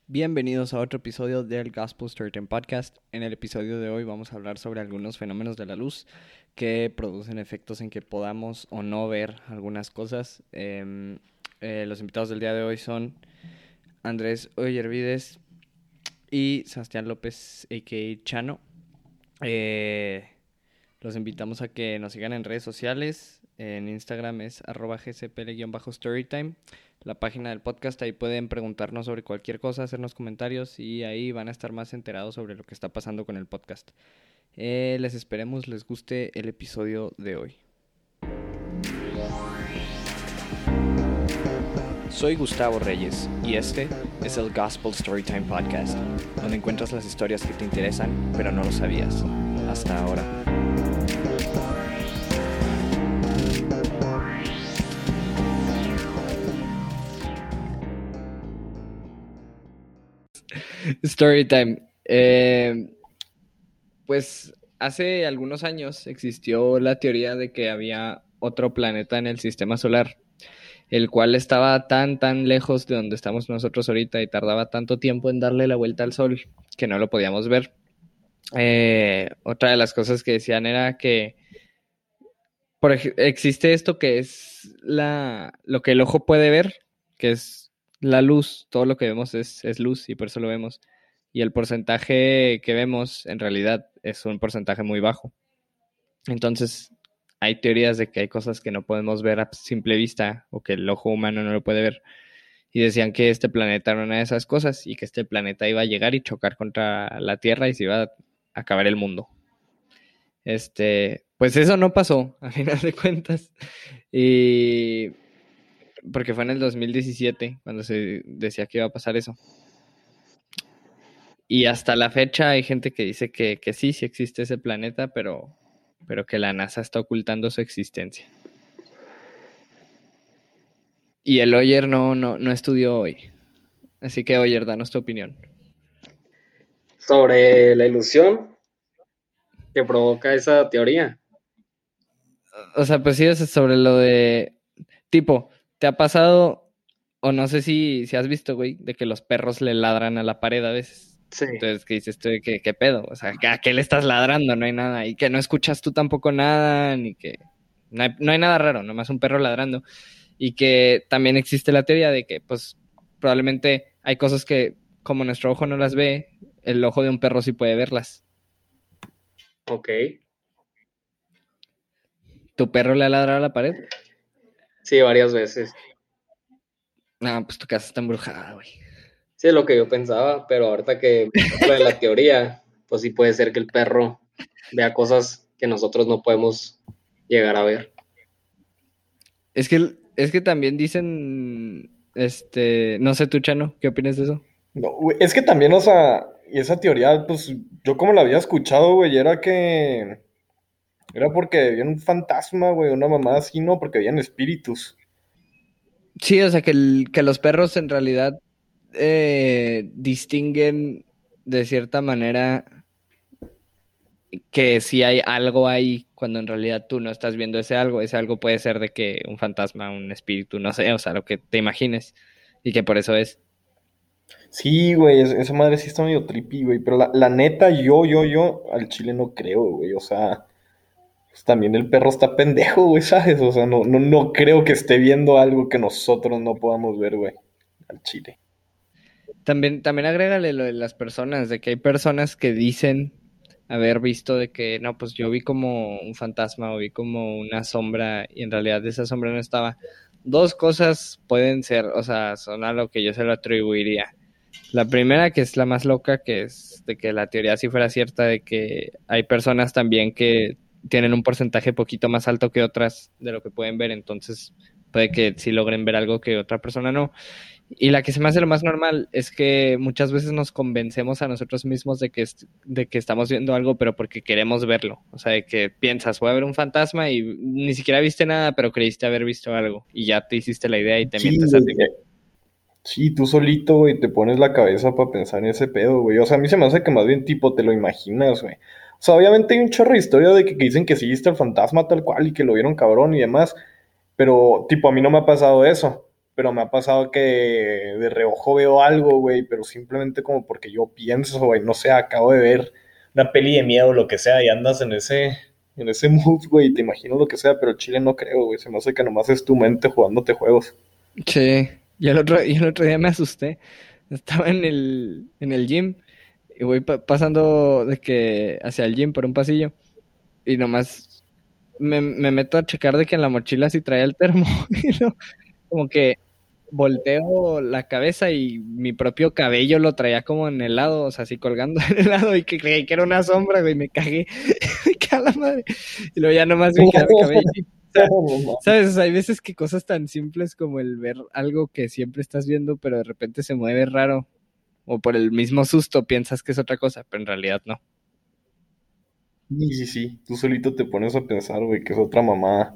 Bienvenidos a otro episodio del Gospel Storytime Podcast. En el episodio de hoy vamos a hablar sobre algunos fenómenos de la luz que producen efectos en que podamos o no ver algunas cosas. Los invitados del día de hoy son Andrés Oyervides y Sebastián López, a.k.a. Chano. Los invitamos a que nos sigan en redes sociales. En Instagram es @gcpl_storytime. La página del podcast, ahí pueden preguntarnos sobre cualquier cosa, hacernos comentarios y ahí van a estar más enterados sobre lo que está pasando con el podcast. Les esperemos les guste el episodio de hoy. Soy Gustavo Reyes y este es el Gospel Storytime Podcast, donde encuentras las historias que te interesan pero no lo sabías hasta ahora. Storytime. Pues hace algunos años existió la teoría de que había otro planeta en el sistema solar, el cual estaba tan lejos de donde estamos nosotros ahorita y tardaba tanto tiempo en darle la vuelta al Sol que no lo podíamos ver. Otra de las cosas que decían era que existe esto que es lo que el ojo puede ver, que es la luz. Todo lo que vemos es luz y por eso lo vemos. Y el porcentaje que vemos en realidad es un porcentaje muy bajo. Entonces, hay teorías de que hay cosas que no podemos ver a simple vista o que el ojo humano no lo puede ver. Y decían que este planeta era una de esas cosas y que este planeta iba a llegar y chocar contra la Tierra y se iba a acabar el mundo. Pues eso no pasó, a final de cuentas. Y porque fue en el 2017 cuando se decía que iba a pasar eso. Y hasta la fecha hay gente que dice que sí existe ese planeta, pero que la NASA está ocultando su existencia. Y el Oyer no estudió hoy. Así que, Oyer, danos tu opinión. Sobre la ilusión que provoca esa teoría. O sea, pues sí, es sobre lo de... Tipo, ¿te ha pasado, o no sé si has visto, güey, de que los perros le ladran a la pared a veces? Sí. Entonces, ¿qué dices tú? ¿Qué pedo? O sea, ¿a qué le estás ladrando? No hay nada. Y que no escuchas tú tampoco nada, ni que... No hay nada raro, nomás un perro ladrando. Y que también existe la teoría de que, pues, probablemente hay cosas que, como nuestro ojo no las ve, el ojo de un perro sí puede verlas. Ok. ¿Tu perro le ha ladrado a la pared? Sí, varias veces. No, pues tu casa está embrujada, güey. Sí, es lo que yo pensaba, pero ahorita que lo de la teoría, pues sí puede ser que el perro vea cosas que nosotros no podemos llegar a ver. Es que también dicen, no sé tú, Chano, ¿qué opinas de eso? No, güey, es que también, o sea, y esa teoría, pues yo como la había escuchado, güey, era porque había un fantasma, güey, una mamá así, ¿no? Porque habían espíritus. Sí, o sea, que los perros en realidad distinguen de cierta manera que si hay algo ahí cuando en realidad tú no estás viendo ese algo puede ser de que un fantasma, un espíritu, no sé, o sea, lo que te imagines y que por eso es. Sí, güey, esa madre sí está medio trippy, güey, pero la neta, yo, al chile no creo, güey, o sea, pues también el perro está pendejo, güey, ¿sabes? O sea, no creo que esté viendo algo que nosotros no podamos ver, güey, al chile. También agrégale lo de las personas, de que hay personas que dicen haber visto de que, no, pues yo vi como un fantasma o vi como una sombra y en realidad esa sombra no estaba. Dos cosas pueden ser, o sea, son a lo que yo se lo atribuiría. La primera, que es la más loca, que es de que la teoría sí fuera cierta, de que hay personas también que tienen un porcentaje poquito más alto que otras de lo que pueden ver, entonces puede que sí logren ver algo que otra persona no. Y la que se me hace lo más normal es que muchas veces nos convencemos a nosotros mismos de que estamos viendo algo, pero porque queremos verlo. O sea, de que piensas, voy a ver un fantasma y ni siquiera viste nada, pero creíste haber visto algo. Y ya te hiciste la idea y te Sí, mientes a güey, ti mismo. sí, tú solito, güey, te pones la cabeza para pensar en ese pedo, güey. O sea, a mí se me hace que más bien tipo te lo imaginas, güey. O sea, obviamente hay un chorro de historia de que dicen que sí viste el fantasma tal cual y que lo vieron cabrón y demás. Pero, tipo, a mí no me ha pasado eso. pero me ha pasado que de reojo veo algo, güey, pero simplemente como porque yo pienso, güey, no sé, acabo de ver una peli de miedo o lo que sea y andas en ese mood, güey, te imagino lo que sea, pero el chile no creo, güey, se me hace que nomás es tu mente jugándote juegos. Sí, y el otro día me asusté. Estaba en el gym y voy pasando de que hacia el gym por un pasillo y nomás me meto a checar de que en la mochila sí traía el termo y no, como que volteo la cabeza y mi propio cabello lo traía como en el lado, o sea, así colgando en el lado y que creí que era una sombra, güey, me cagué, me cagué a la madre. Y luego ya nomás vi que era mi cabello. O sea, ¿sabes? O sea, hay veces que cosas tan simples como el ver algo que siempre estás viendo, pero de repente se mueve raro, o por el mismo susto piensas que es otra cosa, pero en realidad no. Sí, sí, sí, tú solito te pones a pensar, güey, que es otra mamá.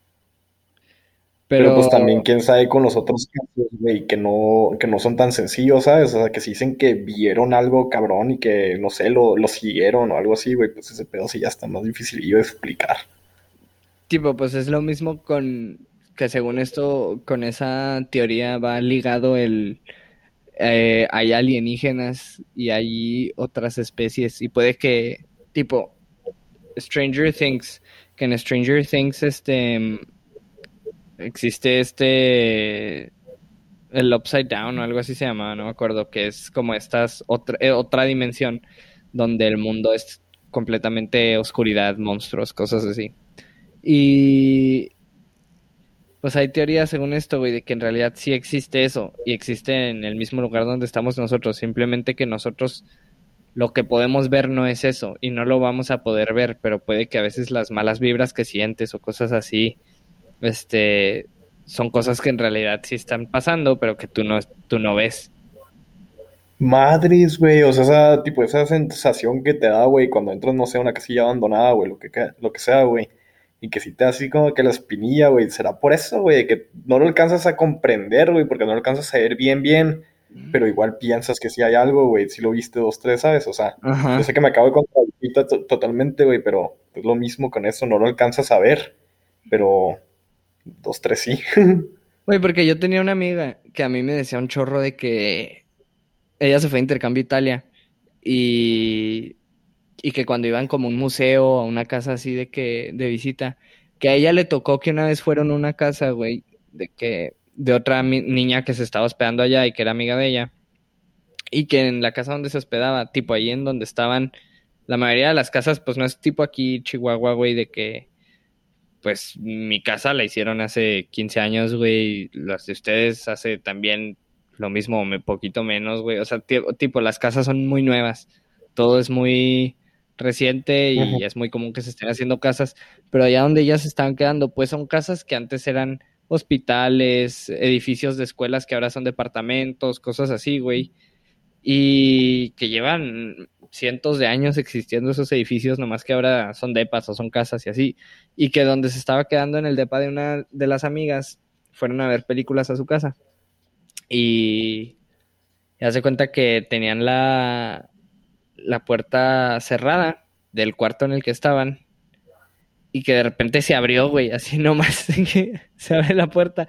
Pero Pero, pues también, quién sabe con los otros casos, güey, que no son tan sencillos, ¿sabes? O sea, que si dicen que vieron algo cabrón y que, no sé, lo siguieron o algo así, güey, pues ese pedo sí ya está más difícil de explicar. tipo, pues es lo mismo con que según esto, con esa teoría va ligado hay alienígenas y hay otras especies y puede que, tipo, Stranger Things, que en Stranger Things existe el Upside Down o algo así se llama, no me acuerdo, que es como otra dimensión donde el mundo es completamente oscuridad, monstruos, cosas así. Y pues hay teorías según esto, güey, de que en realidad sí existe eso y existe en el mismo lugar donde estamos nosotros, simplemente que nosotros lo que podemos ver no es eso y no lo vamos a poder ver, pero puede que a veces las malas vibras que sientes o cosas así, este, son cosas que en realidad sí están pasando, pero que tú no ves. Madres, güey, o sea, esa, tipo, esa sensación que te da, güey, cuando entras, no sé, a una casilla abandonada, güey, lo que sea, güey, y que si te da así como que la espinilla, güey, será por eso, güey, que no lo alcanzas a comprender, güey, porque no lo alcanzas a ver bien, bien, pero igual piensas que sí hay algo, güey, si lo viste dos, tres, ¿sabes? O sea, yo sé Ajá. que me acabo de contradecir totalmente, güey, pero es lo mismo con eso, no lo alcanzas a ver, pero dos, tres sí. Güey, porque yo tenía una amiga que a mí me decía un chorro de que ella se fue a intercambio a Italia y, y que cuando iban como a un museo o a una casa así de que de visita, que a ella le tocó que una vez fueron a una casa, güey, de otra niña que se estaba hospedando allá y que era amiga de ella, y que en la casa donde se hospedaba, tipo ahí en donde estaban, la mayoría de las casas, pues no es tipo aquí Chihuahua, güey, de que pues mi casa la hicieron hace 15 años, güey. Las de ustedes hace también lo mismo, poquito menos, güey. O sea, tipo, las casas son muy nuevas. Todo es muy reciente y Ujú. es muy común que se estén haciendo casas. Pero allá donde ellas se estaban quedando, pues son casas que antes eran hospitales, edificios de escuelas que ahora son departamentos, cosas así, güey, y que llevan cientos de años existiendo esos edificios, nomás que ahora son depas o son casas y así, y que donde se estaba quedando en el depa de una de las amigas, fueron a ver películas a su casa y ya se cuenta que tenían la puerta cerrada del cuarto en el que estaban y que de repente se abrió, güey, así nomás que se abre la puerta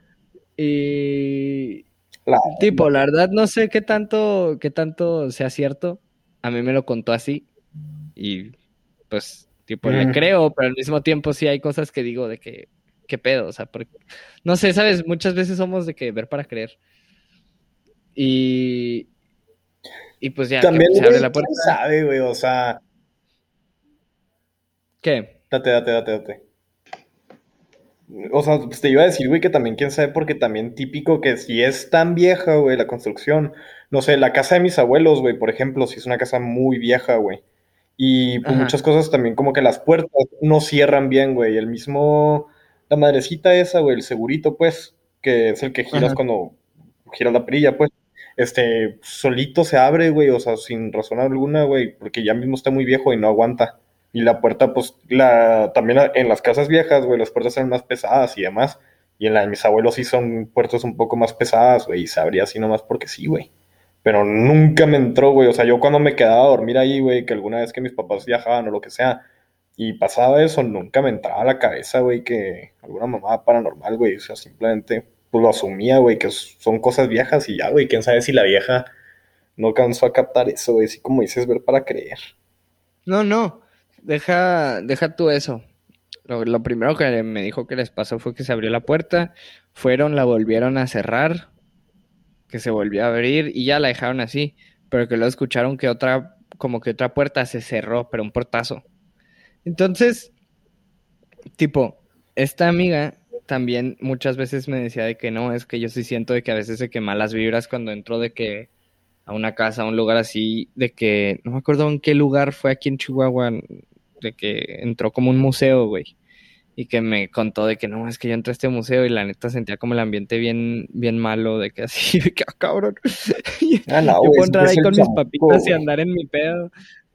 y La, tipo, la verdad no sé qué tanto sea cierto. A mí me lo contó así y pues tipo le Ujú. creo, pero al mismo tiempo sí hay cosas que digo de que qué pedo, o sea, porque no sé, sabes, muchas veces somos de que ver para creer. Y y pues ya que También, se abre güey, la quién puerta, sabe, güey, o sea, ¿qué? date. O sea, pues te iba a decir, güey, que también quién sabe, porque también típico que si es tan vieja, güey, la construcción, no sé, la casa de mis abuelos, güey, por ejemplo, si es una casa muy vieja, güey, y pues Ajá, muchas cosas también como que las puertas no cierran bien, güey, el mismo, la madrecita esa, güey, el segurito, pues, que es el que giras ajá. cuando giras la perilla, pues, solito se abre, güey, o sea, sin razón alguna, güey, porque ya mismo está muy viejo y no aguanta. Y la puerta, pues, también en las casas viejas, güey, las puertas eran más pesadas y demás. Y en la de mis abuelos sí son puertas un poco más pesadas, güey, y se abría así nomás porque sí, güey. Pero nunca me entró, güey. O sea, yo cuando me quedaba a dormir ahí, güey, que alguna vez que mis papás viajaban o lo que sea, y pasaba eso, nunca me entraba a la cabeza, güey, que alguna mamá paranormal, güey. O sea, simplemente. pues lo asumía, güey, que son cosas viejas y ya, güey, quién sabe si la vieja no alcanzó a captar eso, güey, así como dices, ver para creer. No, deja tú eso. Lo primero que me dijo que les pasó fue que se abrió la puerta, fueron, la volvieron a cerrar, que se volvió a abrir y ya la dejaron así, pero que luego escucharon que como que otra puerta se cerró, pero un portazo. Entonces, tipo, esta amiga también muchas veces me decía de que no, es que yo sí siento de que a veces se queman las vibras cuando entro de que a una casa, a un lugar así, de que no me acuerdo en qué lugar fue aquí en Chihuahua, de que entró como un museo, güey. Y que me contó de que no, es que yo entré a este museo y la neta sentía como el ambiente bien, bien malo, de que así, de que cabrón. Ah, no, Yo güey, puedo es que entrar es ahí el con mis chamuco, papitas y güey. andar en mi pedo.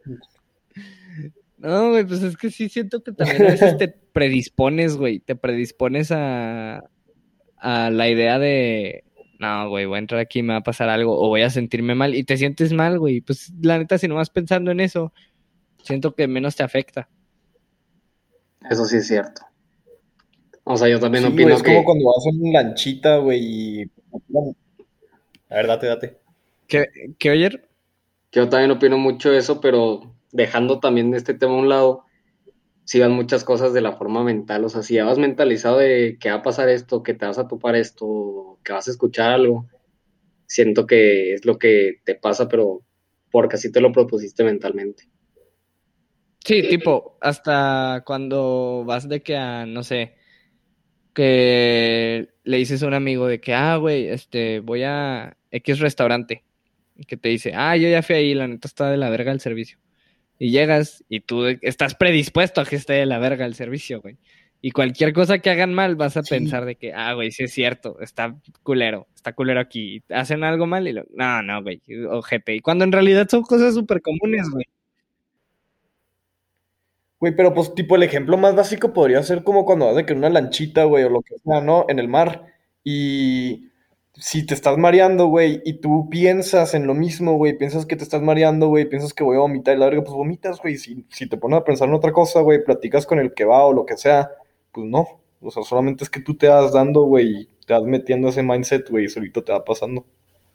No, güey, pues es que sí siento que también a veces te predispones, güey, te predispones a la idea de, no, güey, voy a entrar aquí y me va a pasar algo o voy a sentirme mal y te sientes mal, güey. Pues la neta, si no vas pensando en eso, siento que menos te afecta. Eso sí es cierto. O sea, yo también Sí, güey, opino es como que cuando vas en lanchita, güey, y... A ver, date. ¿Qué oyer? yo también opino mucho eso, pero dejando también este tema a un lado, si van muchas cosas de la forma mental, o sea, si ya vas mentalizado de que va a pasar esto, que te vas a topar esto, que vas a escuchar algo, siento que es lo que te pasa, pero porque así te lo propusiste mentalmente. Sí, tipo, hasta cuando vas de que a, no sé, que le dices a un amigo de que, güey, voy a X restaurante. Y que te dice, yo ya fui ahí, la neta está de la verga el servicio. Y llegas y tú estás predispuesto a que esté de la verga el servicio, güey. Y cualquier cosa que hagan mal vas a Sí, pensar de que, güey, sí es cierto, está culero aquí. Hacen algo mal y no, güey, ojete. Y cuando en realidad son cosas súper comunes, güey. güey, pero pues tipo el ejemplo más básico podría ser como cuando vas de que en una lanchita, güey, o lo que sea, ¿no? En el mar. Y si te estás mareando, güey, y tú piensas en lo mismo, güey, piensas que te estás mareando, güey, piensas que voy a vomitar y la verga, pues vomitas, güey. Si te pones a pensar en otra cosa, güey, platicas con el que va o lo que sea, pues no. O sea, solamente es que tú te vas dando, güey, y te vas metiendo ese mindset, güey, y solito te va pasando.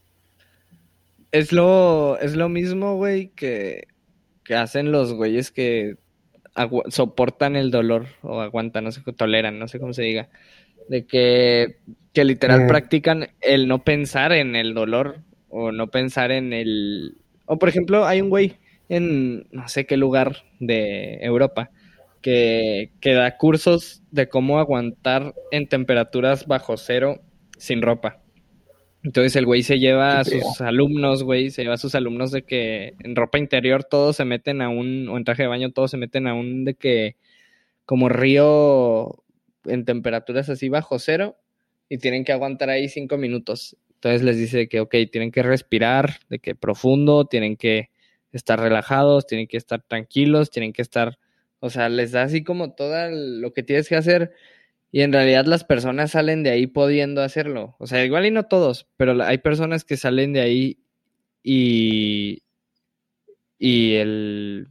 Es lo mismo, güey, que hacen los güeyes que soportan el dolor o aguantan, no sé, toleran, no sé cómo se diga, de que literal Mm, practican el no pensar en el dolor o no pensar en o por ejemplo, hay un güey en no sé qué lugar de Europa que da cursos de cómo aguantar en temperaturas bajo cero sin ropa. Entonces el güey se lleva qué a pedo. sus alumnos, güey, se lleva a sus alumnos de que en ropa interior todos se meten o en traje de baño todos se meten de que como río en temperaturas así bajo cero y tienen que aguantar ahí 5 minutos. Entonces les dice que, ok, tienen que respirar, de que profundo, tienen que estar relajados, tienen que estar tranquilos, tienen que estar, o sea, les da así como todo lo que tienes que hacer y en realidad las personas salen de ahí pudiendo hacerlo. O sea, igual y no todos, pero hay personas que salen de ahí y, y el,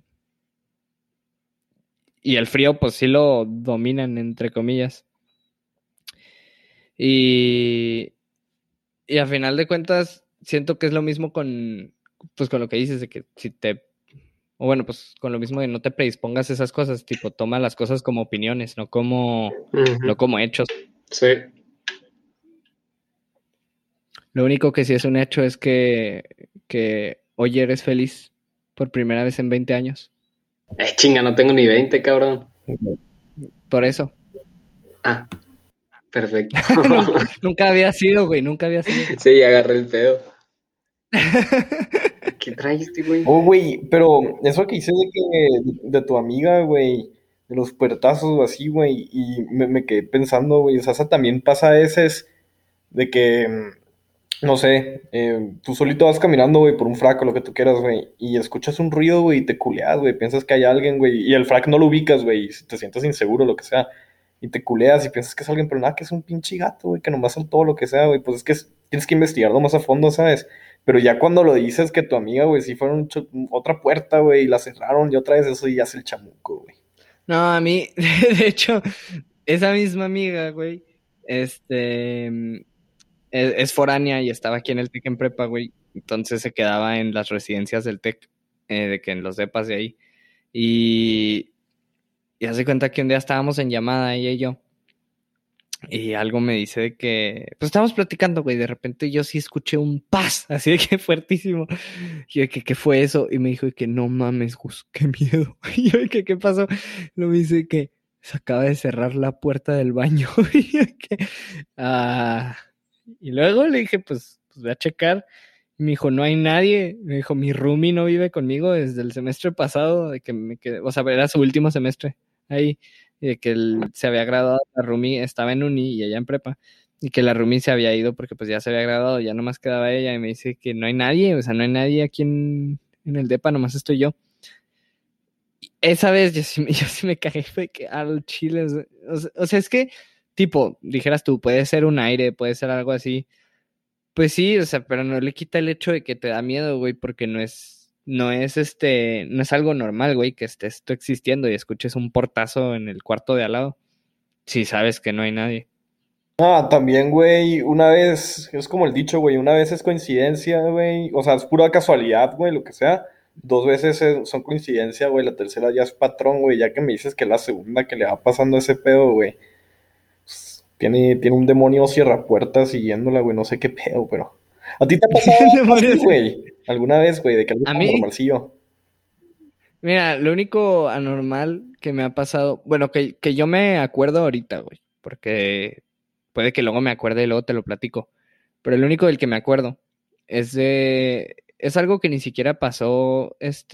y el frío pues sí lo dominan, entre comillas. Y, y a final de cuentas, siento que es lo mismo pues con lo que dices, de que o bueno, pues con lo mismo de no te predispongas a esas cosas, tipo, toma las cosas como opiniones, Ujú. no como hechos. Sí. Lo único que sí es un hecho es que hoy eres feliz por primera vez en 20 años. Chinga, no tengo ni 20 cabrón. Por eso. Ah, perfecto. Nunca había sido, güey, nunca había sido. Sí, agarré el pedo. ¿Qué traes, este güey? Oh, güey, pero eso que hice de tu amiga, güey, de los puertazos o así, güey, y me quedé pensando, güey, o sea, esa también pasa a veces de que, no sé, tú solito vas caminando, güey, por un frac o lo que tú quieras, güey, y escuchas un ruido, güey, y te culeas, güey, piensas que hay alguien, güey, y el frac no lo ubicas, güey, y te sientes inseguro, lo que sea, y te culeas y piensas que es alguien, pero nada, que es un pinche gato, güey, que nomás saltó lo que sea, güey, pues es que tienes que investigarlo más a fondo, ¿sabes? Pero ya cuando lo dices que tu amiga, güey, sí fueron otra puerta, güey, y la cerraron y otra vez eso ya es el chamuco, güey. No, a mí, de hecho, esa misma amiga, güey, este, es foránea y estaba aquí en el TEC en prepa, güey. Entonces se quedaba en las residencias del TEC, de que en los depas de ahí. Y, y hace cuenta que un día estábamos en llamada, ella y yo. Y algo me dice de que, pues estábamos platicando, güey, de repente yo sí escuché un paz, así de que fuertísimo. Y yo de que, ¿qué fue eso? Y me dijo de que, no mames, Gus, qué miedo. Y yo de que, ¿qué pasó? Lo me dice que se acaba de cerrar la puerta del baño. Y yo de que, ah. Y luego le dije, pues voy a checar. Y me dijo, no hay nadie. Me dijo, mi roomie no vive conmigo desde el semestre pasado, de que me quedé, o sea, era su último semestre ahí, y de que él se había graduado, la roomie estaba en uni y ella en prepa, y que la roomie se había ido porque pues ya se había graduado, ya nomás quedaba ella, y me dice que no hay nadie, o sea, no hay nadie aquí en el depa, nomás estoy yo. Y esa vez yo sí me cagué, fue que al chile, o sea, es que, tipo, dijeras tú, puede ser un aire, puede ser algo así. Pues sí, o sea, pero no le quita el hecho de que te da miedo, güey, porque no es algo normal, güey, que esté esto existiendo y escuches un portazo en el cuarto de al lado. Si sabes que no hay nadie. Ah, también, güey, una vez, es como el dicho, güey, una vez es coincidencia, güey, o sea, es pura casualidad, güey, lo que sea. Dos veces son coincidencia, güey, la tercera ya es patrón, güey, ya que me dices que la segunda que le va pasando ese pedo, güey, pues, tiene un demonio cierrapuertas siguiéndola, güey, no sé qué pedo, pero... ¿A ti te ha pasado algo así, Demonios. güey? ¿Alguna vez, güey, de que algo A tan mí, normalcillo? mira, lo único anormal que me ha pasado, bueno, que yo me acuerdo ahorita, güey, porque puede que luego me acuerde y luego te lo platico, pero el único del que me acuerdo es algo que ni siquiera pasó,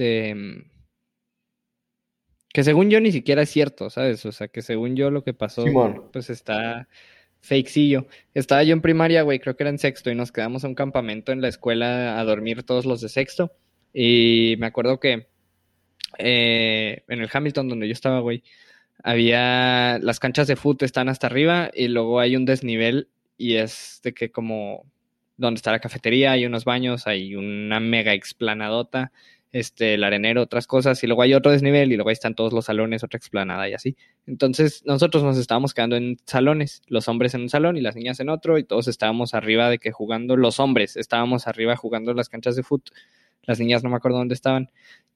que según yo ni siquiera es cierto, ¿sabes? O sea, que según yo lo que pasó, Simón. pues está fakecillo. Estaba yo en primaria, güey, creo que era en sexto, y nos quedamos a un campamento en la escuela a dormir todos los de sexto. Y me acuerdo que en el Hamilton donde yo estaba, güey, había las canchas de fútbol están hasta arriba y luego hay un desnivel y es de que como donde está la cafetería, hay unos baños, hay una mega explanadota, el arenero, otras cosas, y luego hay otro desnivel y luego ahí están todos los salones, otra explanada y así. Entonces nosotros nos estábamos quedando en salones, los hombres en un salón y las niñas en otro, y todos estábamos arriba de que jugando, los hombres estábamos arriba jugando las canchas de fútbol, las niñas no me acuerdo dónde estaban.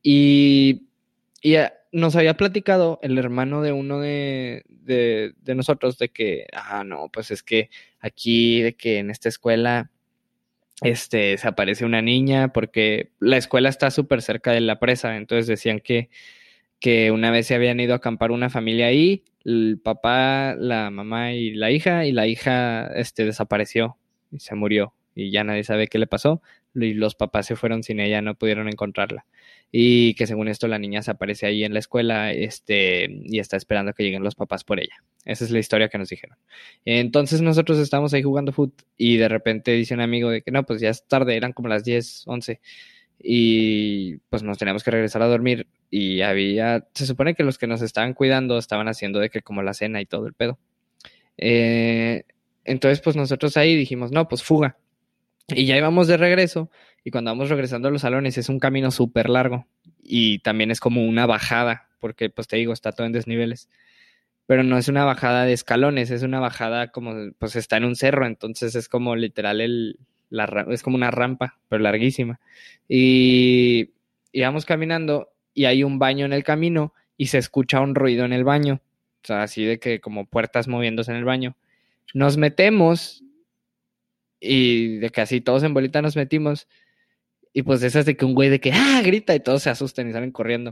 Y nos había platicado el hermano de uno de nosotros de que, no, pues es que aquí, de que en esta escuela, se aparece una niña, porque la escuela está súper cerca de la presa, entonces decían que una vez se habían ido a acampar una familia ahí, el papá, la mamá y la hija, desapareció y se murió, y ya nadie sabe qué le pasó, y los papás se fueron sin ella, no pudieron encontrarla. Y que según esto la niña se aparece ahí en la escuela, y está esperando que lleguen los papás por ella. Esa es la historia que nos dijeron. Entonces nosotros estábamos ahí jugando fútbol y de repente dice un amigo de que no, pues ya es tarde, eran como las 10 11 y pues nos teníamos que regresar a dormir y se supone que los que nos estaban cuidando estaban haciendo de que como la cena y todo el pedo. Eh, entonces pues nosotros ahí dijimos, no, pues fuga. Y ya íbamos de regreso y cuando vamos regresando a los salones es un camino súper largo y también es como una bajada, porque pues te digo, está todo en desniveles, pero no es una bajada de escalones, es una bajada como, pues está en un cerro, entonces es como literal es como una rampa, pero larguísima. Y íbamos caminando y hay un baño en el camino y se escucha un ruido en el baño, o sea, así de que como puertas moviéndose en el baño. Nos metemos y de que así todos en bolita nos metimos y pues esas de que un güey de que grita y todos se asustan y salen corriendo.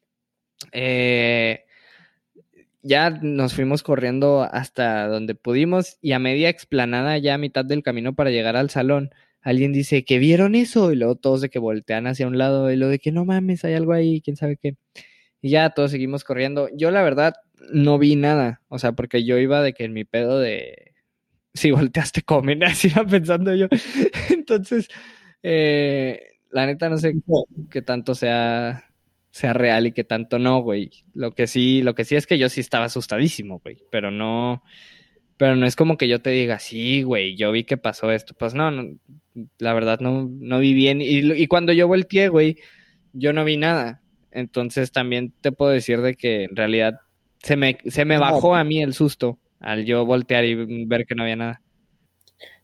Eh, ya nos fuimos corriendo hasta donde pudimos y a media explanada, ya a mitad del camino para llegar al salón, alguien dice que vieron eso y luego todos de que voltean hacia un lado y lo de que no mames, hay algo ahí, quién sabe qué. Y ya todos seguimos corriendo. Yo la verdad no vi nada, o sea, porque yo iba de que en mi pedo de si volteaste comen, así iba pensando yo. Entonces, la neta no sé qué tanto sea real y qué tanto no, güey. Lo que sí es que yo sí estaba asustadísimo, güey, pero no es como que yo te diga, sí, güey, yo vi que pasó esto. Pues no, la verdad no vi bien. Y cuando yo volteé, güey, yo no vi nada. Entonces también te puedo decir de que en realidad se me No, bajó a mí el susto al yo voltear y ver que no había nada.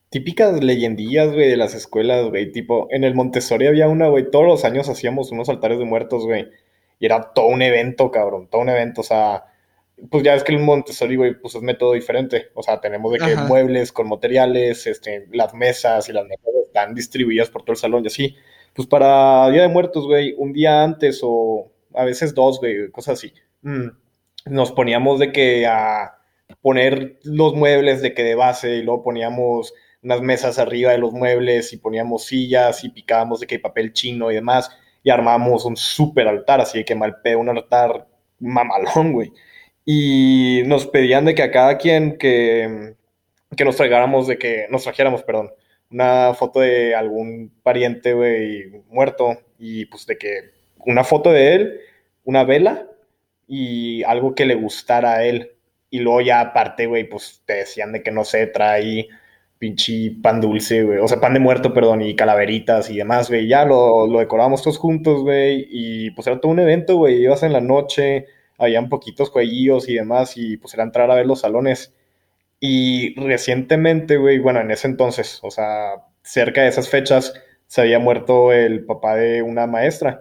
típicas leyendillas, güey, de las escuelas, güey. Tipo, en el Montessori había una, güey, todos los años hacíamos unos altares de muertos, güey. Y era todo un evento, cabrón, todo un evento. O sea, pues ya ves que el Montessori, güey, pues es método diferente. O sea, tenemos de que Ajá. muebles con materiales, las mesas y las mesas están distribuidas por todo el salón y así. Pues para Día de Muertos, güey, un día antes o a veces dos, güey, cosas así. Mm, Nos poníamos de que a poner los muebles de que de base y luego poníamos unas mesas arriba de los muebles y poníamos sillas y picábamos de que papel chino y demás y armamos un súper altar, así de que mal pedo, un altar mamalón, güey. Y nos pedían de que a cada quien que nos traigáramos, de que nos trajéramos, perdón, una foto de algún pariente, güey, muerto y pues de que una foto de él, una vela y algo que le gustara a él. Y luego ya aparte, güey, pues te decían de que no sé, trae pinche pan dulce, güey, o sea, pan de muerto, perdón, y calaveritas y demás, güey. Ya lo decorábamos todos juntos, güey, y pues era todo un evento, güey. Ibas en la noche, habían poquitos jueguillos y demás, y pues era entrar a ver los salones. Y recientemente, güey, bueno, en ese entonces, o sea, cerca de esas fechas, se había muerto el papá de una maestra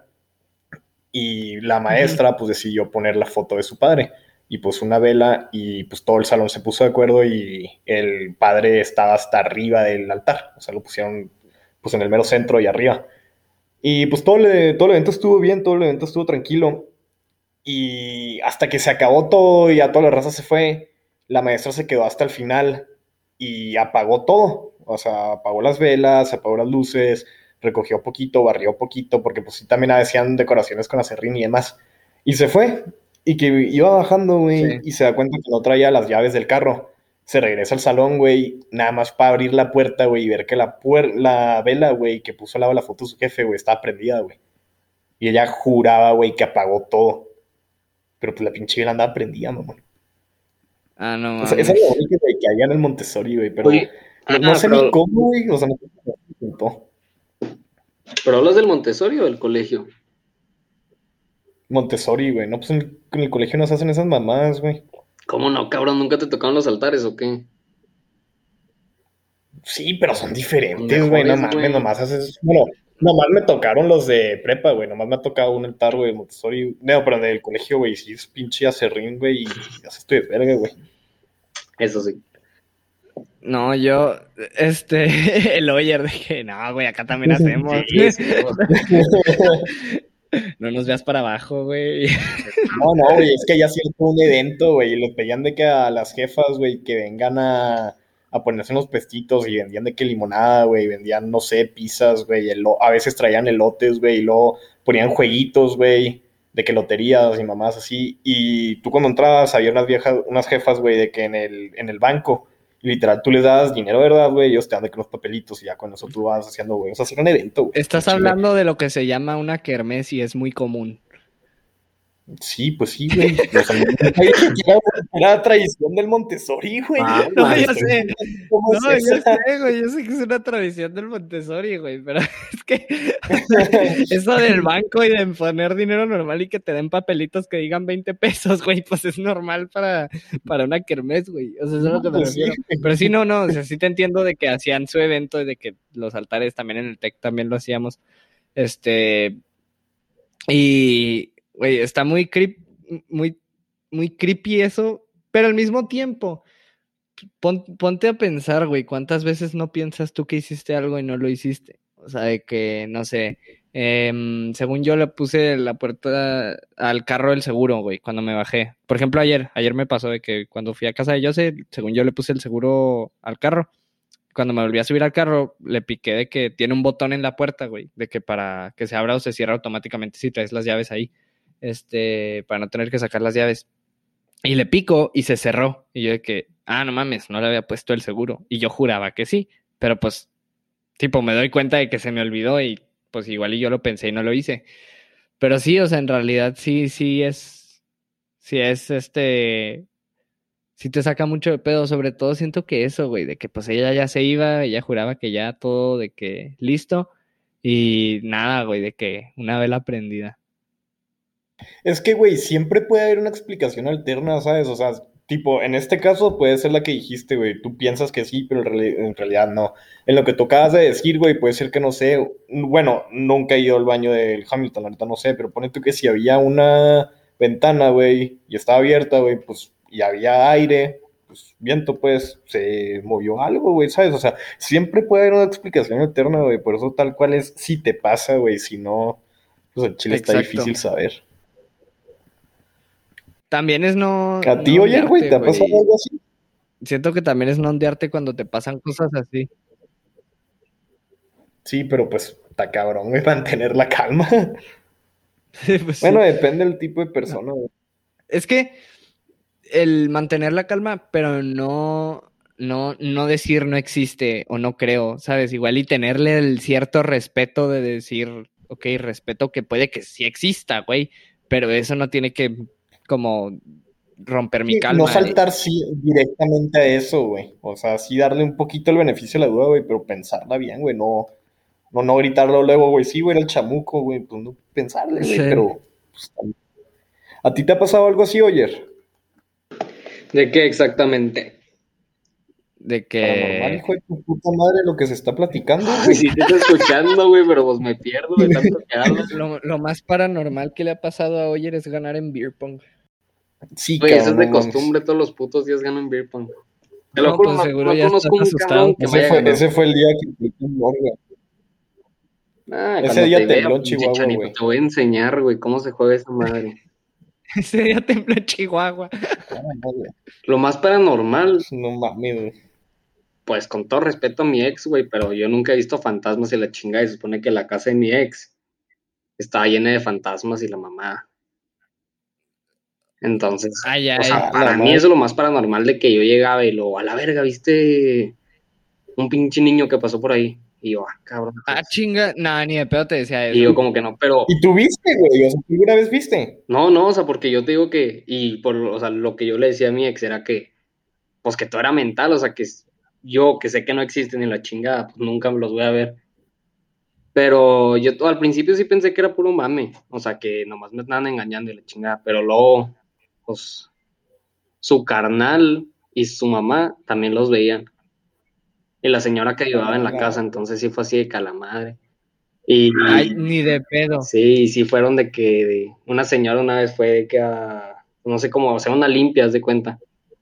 y la Ujú. maestra pues decidió poner la foto de su padre y pues una vela y pues todo el salón se puso de acuerdo y el padre estaba hasta arriba del altar, o sea, lo pusieron pues en el mero centro y arriba. Y pues todo el evento estuvo bien, todo el evento estuvo tranquilo y hasta que se acabó todo y a toda la raza se fue, la maestra se quedó hasta el final y apagó todo. O sea, apagó las velas, apagó las luces, recogió poquito, barrió poquito, porque pues sí también hacían decoraciones con acerrín y demás. Y se fue. Y que iba bajando, güey, Sí. y se da cuenta que no traía las llaves del carro. Se regresa al salón, güey, nada más para abrir la puerta, güey, y ver que la vela, güey, que puso al lado de la foto de su jefe, güey, estaba prendida, güey. Y ella juraba, güey, que apagó todo. Pero pues la pinche vela andaba prendida, mamón. Ah, no Esa es la mames. única, güey, que había en el Montessori, güey, pero Oye, no sé ni pero, cómo, güey, o sea, no sé cómo se juntó. pero hablas del Montessori o del colegio. Montessori, güey, no, pues en el colegio nos hacen esas mamadas, güey. ¿Cómo no, cabrón? ¿Nunca te tocaron los altares o qué? Sí, pero son Son diferentes, güey, no mejores, mames, güey. nomás haces, bueno, nomás me tocaron los de prepa, güey, nomás me ha tocado un altar, güey, de Montessori, no, pero del colegio, güey, sí es pinche acerrín, güey, y ya se estoy de verga, güey. Eso sí. No, yo, el Oyer de que, no, güey, acá también hacemos. Sí, sí, no. No nos veas para abajo, güey. No, no, güey, es que ya hacían todo un evento, güey, y les pedían de que a las jefas, güey, que vengan a ponerse en los pestitos y vendían de que limonada, güey, vendían, no sé, pizzas, güey, a veces traían elotes, güey, y luego ponían jueguitos, güey, de que loterías y mamás así, y tú cuando entrabas había unas viejas, unas jefas, güey, de que en el banco, y literal, tú les dabas dinero, ¿verdad, güey? Ellos te dan de que los papelitos y ya con eso tú vas haciendo, güey, o sea, hacer un evento, güey, al Estás chile. hablando de lo que se llama una kermés y es muy común. Sí, pues sí, güey. O sea, nunca dije que era tradición del Montessori, güey. Ah, No, Te yo estoy sé, diciendo cómo no, es yo esa. sé, güey, yo sé que es una tradición del Montessori, güey, pero es que, o sea, eso del banco y de poner dinero normal y que te den papelitos que digan 20 pesos, güey, pues es normal para una kermés, güey, o sea, eso es a lo No, que me pues sí. refiero. Pero sí, no, no, o sea, sí te entiendo de que hacían su evento y de que los altares también en el TEC también lo hacíamos, este, y, güey, está muy, muy creepy eso, pero al mismo tiempo ponte a pensar, güey, ¿cuántas veces no piensas tú que hiciste algo y no lo hiciste? O sea, de que, no sé, según yo le puse la puerta al carro del seguro, güey, cuando me bajé. Por ejemplo, ayer me pasó de que cuando fui a casa de Jose, según yo le puse el seguro al carro. Cuando me volví a subir al carro, le piqué de que tiene un botón en la puerta, güey, de que para que se abra o se cierre automáticamente si traes las llaves ahí, para no tener que sacar las llaves. Y le pico y se cerró. Y yo de que, no mames, no le había puesto el seguro. Y yo juraba que sí. Pero pues, tipo, me doy cuenta de que se me olvidó y pues igual y yo lo pensé y no lo hice. Pero sí, o sea, en realidad sí es sí te saca mucho de pedo. Sobre todo siento que eso, güey, de que pues ella ya se iba, ella juraba que ya todo de que listo. Y nada, güey, de que una vela prendida. Es que, güey, siempre puede haber una explicación alterna, ¿sabes? O sea, tipo, en este caso puede ser la que dijiste, güey. Tú piensas que sí, pero en realidad no. En lo que tú acabas de decir, güey, puede ser que no sé. Bueno, nunca he ido al baño del Hamilton, la neta no sé, pero pone tú que si había una ventana, güey, y estaba abierta, güey, pues, y había aire, pues, viento, pues, se movió algo, güey, ¿sabes? O sea, siempre puede haber una explicación eterna, güey. Por eso tal cual es si te pasa, güey. Si no, pues en Chile está Exacto. difícil saber. También es ¿A ti, no oye, güey, ondearte, te ha pasado güey. algo así? Siento que también es no ondearte cuando te pasan cosas así. Sí, pero pues está cabrón, güey, mantener la calma. Pues Bueno, sí. depende del tipo de persona, güey. Es que el mantener la calma, pero no decir no existe o no creo, ¿sabes? Igual y tenerle el cierto respeto de decir, ok, respeto que puede que sí exista, güey, pero eso no tiene que como romper mi Sí, no calma. saltar sí, directamente a eso, güey. O sea, sí darle un poquito el beneficio de la duda, güey, pero pensarla bien, güey. No gritarlo luego, güey. Sí, güey, era el chamuco, güey. Pues no pensarle, güey, Sí, pero. Pues, ¿a ti te ha pasado algo así, oyer? ¿De qué exactamente? de Paranormal, que hijo de tu puta madre, lo que se está platicando, Ay, güey. sí te estoy escuchando, güey, pero pues me pierdo de tanto que hablas. lo más paranormal que le ha pasado a Oyer es ganar en beer pong. Sí, Güey, eso cabrón, es no de mames. costumbre, todos los putos días ganan beer pong. Te lo No, juro, pues seguro no ya estás conozco un asustado. cabrón que me haya ganado. Ese fue el día que apliqué un morga. Ah, Ese cuando te día vea, tembló en pinche Chihuahua, chanito, güey. te voy a enseñar, güey, cómo se juega esa madre. Ese día tembló en Chihuahua. No, no, güey. Lo más paranormal, No mames, güey. pues con todo respeto a mi ex, güey, pero yo nunca he visto fantasmas y la chingada, y se supone que la casa de mi ex estaba llena de fantasmas y la mamá. Entonces, Ay, o sea, ay. A la para mí madre. eso es lo más paranormal de que yo llegaba y luego, a la verga, ¿viste un pinche niño que pasó por ahí? Y yo, ah, cabrón, Ah, pues. chinga. No, ni de pedo te decía Y yo eso. como que no, pero ¿Y tú viste, güey? O sea, ¿tú alguna vez viste? no, o sea, porque yo te digo que, y por, o sea, lo que yo le decía a mi ex era que, pues que todo era mental, o sea, que yo que sé que no existen en la chingada, pues nunca me los voy a ver. Pero yo al principio sí pensé que era puro mame, o sea, que nomás me estaban engañando y la chingada, pero luego, pues, su carnal y su mamá también los veían. Y la señora que ayudaba en la La- casa, entonces sí fue así de calamadre. Y Ay, ni de pedo. sí fueron de que una señora una vez fue de que no sé cómo, hacer una limpia, haz de cuenta.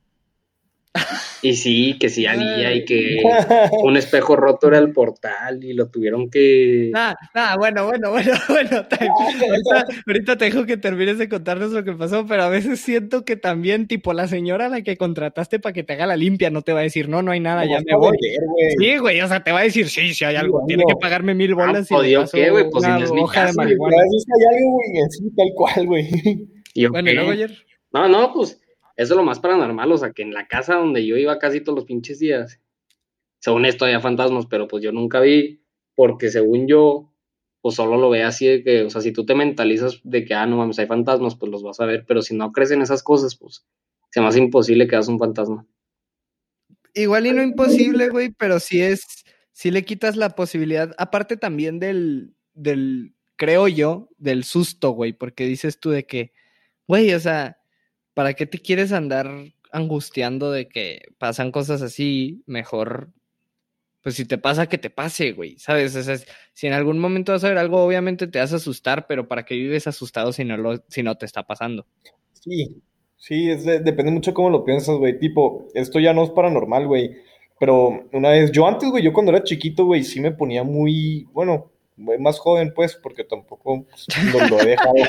Y sí, que sí había y Ay. que un espejo roto era el portal y lo tuvieron que... Bueno, time. Ahorita te dejo que termines de contarnos lo que pasó, pero a veces siento que también, tipo, la señora a la que contrataste para que te haga la limpia no te va a decir, no, no hay nada, ya Nomás me para voy. vender, güey. Sí, güey, o sea, te va a decir, sí, sí hay Sí, algo, tiene que obvio. pagarme 1,000 bolas y Pues le yo paso qué, güey, pues si una no es mi hoja de casa. Sí, pero a marihuana. veces hay algo, güey, así, tal cual, güey. ¿Y yo Bueno, y luego qué? ayer, No, pues eso es lo más paranormal, o sea, que en la casa donde yo iba casi todos los pinches días, según esto había fantasmas, pero pues yo nunca vi, porque según yo, pues solo lo ve así de que, o sea, si tú te mentalizas de que, no mames, hay fantasmas, pues los vas a ver, pero si no crees en esas cosas, pues se me hace imposible que hagas un fantasma. igual y no imposible, güey, pero sí le quitas la posibilidad, aparte también creo yo, del susto, güey, porque dices tú de que, güey, o sea, ¿para qué te quieres andar angustiando de que pasan cosas así? Mejor, pues si te pasa, que te pase, güey, ¿sabes? O sea, si en algún momento vas a ver algo, obviamente te vas a asustar, pero ¿para qué vives asustado si no te está pasando? Sí, sí, depende mucho cómo lo piensas, güey. Tipo, esto ya no es paranormal, güey. Pero una vez, yo antes, güey, yo cuando era chiquito, güey, sí me ponía muy, bueno, muy más joven, pues, porque tampoco pues, lo he dejado.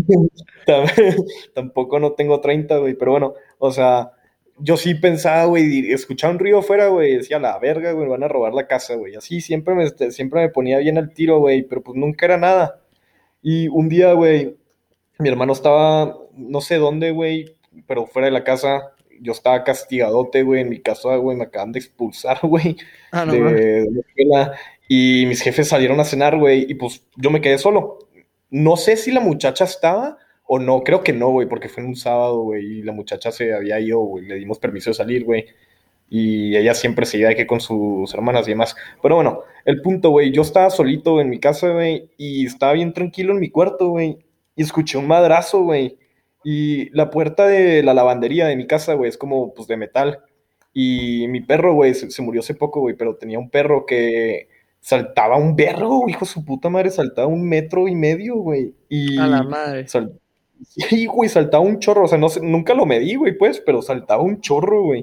Tampoco no tengo 30, güey, pero bueno, o sea, yo sí pensaba, güey, escuchaba un ruido afuera, güey, decía, la verga, güey, van a robar la casa, güey. Así siempre me ponía bien al tiro, güey, pero pues nunca era nada. Y un día, güey, mi hermano estaba, no sé dónde, güey, pero fuera de la casa. Yo estaba castigadote, güey, en mi casa, güey, me acaban de expulsar, güey, Ah, no, mames. de la escuela. Y mis jefes salieron a cenar, güey, y pues yo me quedé solo. No sé si la muchacha estaba o no, creo que no, güey, porque fue en un sábado, güey, y la muchacha se había ido, güey, le dimos permiso de salir, güey. Y ella siempre se iba de que con sus hermanas y demás. Pero bueno, el punto, güey, yo estaba solito en mi casa, güey, y estaba bien tranquilo en mi cuarto, güey, y escuché un madrazo, güey. Y la puerta de la lavandería de mi casa, güey, es como, pues, de metal. Y mi perro, güey, se murió hace poco, güey, pero tenía un perro que saltaba un vergo, hijo de su puta madre, saltaba 1,5 metros, güey. A la Y madre. sal- sí, güey, saltaba un chorro, o sea, no sé, nunca lo medí, güey, pues, pero saltaba un chorro, güey.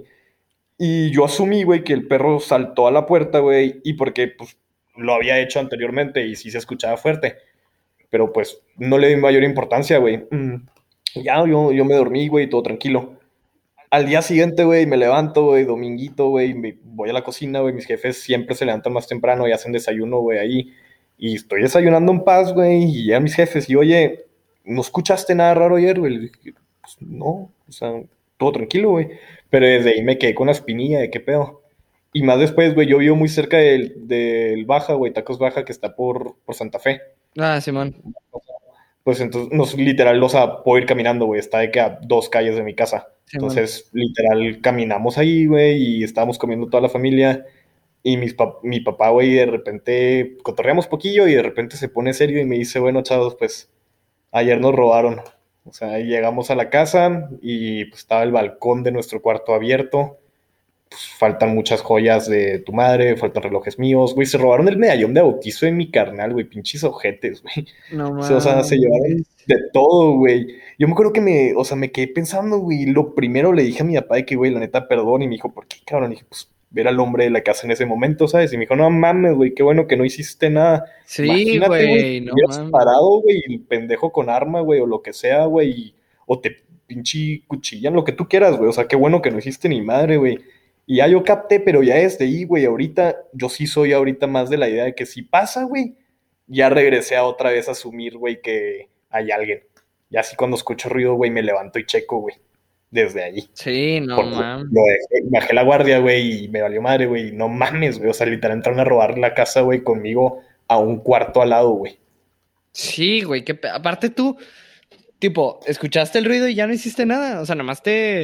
Y yo asumí, güey, que el perro saltó a la puerta, güey, y porque, pues, lo había hecho anteriormente y sí se escuchaba fuerte. Pero, pues, no le di mayor importancia, güey. Ya, yo me dormí, güey, todo tranquilo. Al día siguiente, güey, me levanto, güey, dominguito, güey, voy a la cocina, güey, mis jefes siempre se levantan más temprano y hacen desayuno, güey, ahí. Y estoy desayunando en paz, güey, y llegan mis jefes y, oye, ¿no escuchaste nada raro ayer, güey? Le dije, pues, no, o sea, todo tranquilo, güey. Pero desde ahí me quedé con la espinilla de qué pedo. Y más después, güey, yo vivo muy cerca del Baja, güey, Tacos Baja, que está por Santa Fe. Ah, Simón. Pues entonces, literal, o sea, puedo ir caminando, güey, está de que a 2 calles de mi casa. Simón. Entonces, literal, caminamos ahí, güey, y estábamos comiendo toda la familia. Y mi papá, güey, de repente cotorreamos poquillo y de repente se pone serio y me dice, bueno, chavos, pues ayer nos robaron. O sea, llegamos a la casa y pues estaba el balcón de nuestro cuarto abierto. Pues, faltan muchas joyas de tu madre, faltan relojes míos, güey. Se robaron el medallón de bautizo de mi carnal, güey, pinches ojetes, güey. No O sea, se mames. llevaron de todo, güey. Yo me acuerdo que o sea, me quedé pensando, güey. Lo primero le dije a mi papá de que, güey, la neta, perdón. Y me dijo, ¿por qué, cabrón? Y dije, pues, ver al hombre de la casa en ese momento, ¿sabes? Y me dijo, no mames, güey, qué bueno que no hiciste nada. Sí, Imagínate, güey, güey, que no hubieras mames. parado, güey, el pendejo con arma, güey, o lo que sea, güey, o te pinche cuchillan, lo que tú quieras, güey. O sea, qué bueno que no hiciste ni madre, güey. Y ya yo capté, pero ya desde ahí, güey, ahorita, yo sí soy ahorita más de la idea de que si pasa, güey, ya regresé a otra vez a asumir, güey, que hay alguien. Y así cuando escucho ruido, güey, me levanto y checo, güey, desde ahí. Sí, no Porque mames. bajé la guardia, güey, y me valió madre, güey. No mames, güey. O sea, literal entraron a robar la casa, güey, conmigo a un cuarto al lado, güey. Sí, güey, aparte tú, tipo, escuchaste el ruido y ya no hiciste nada. O sea, nomás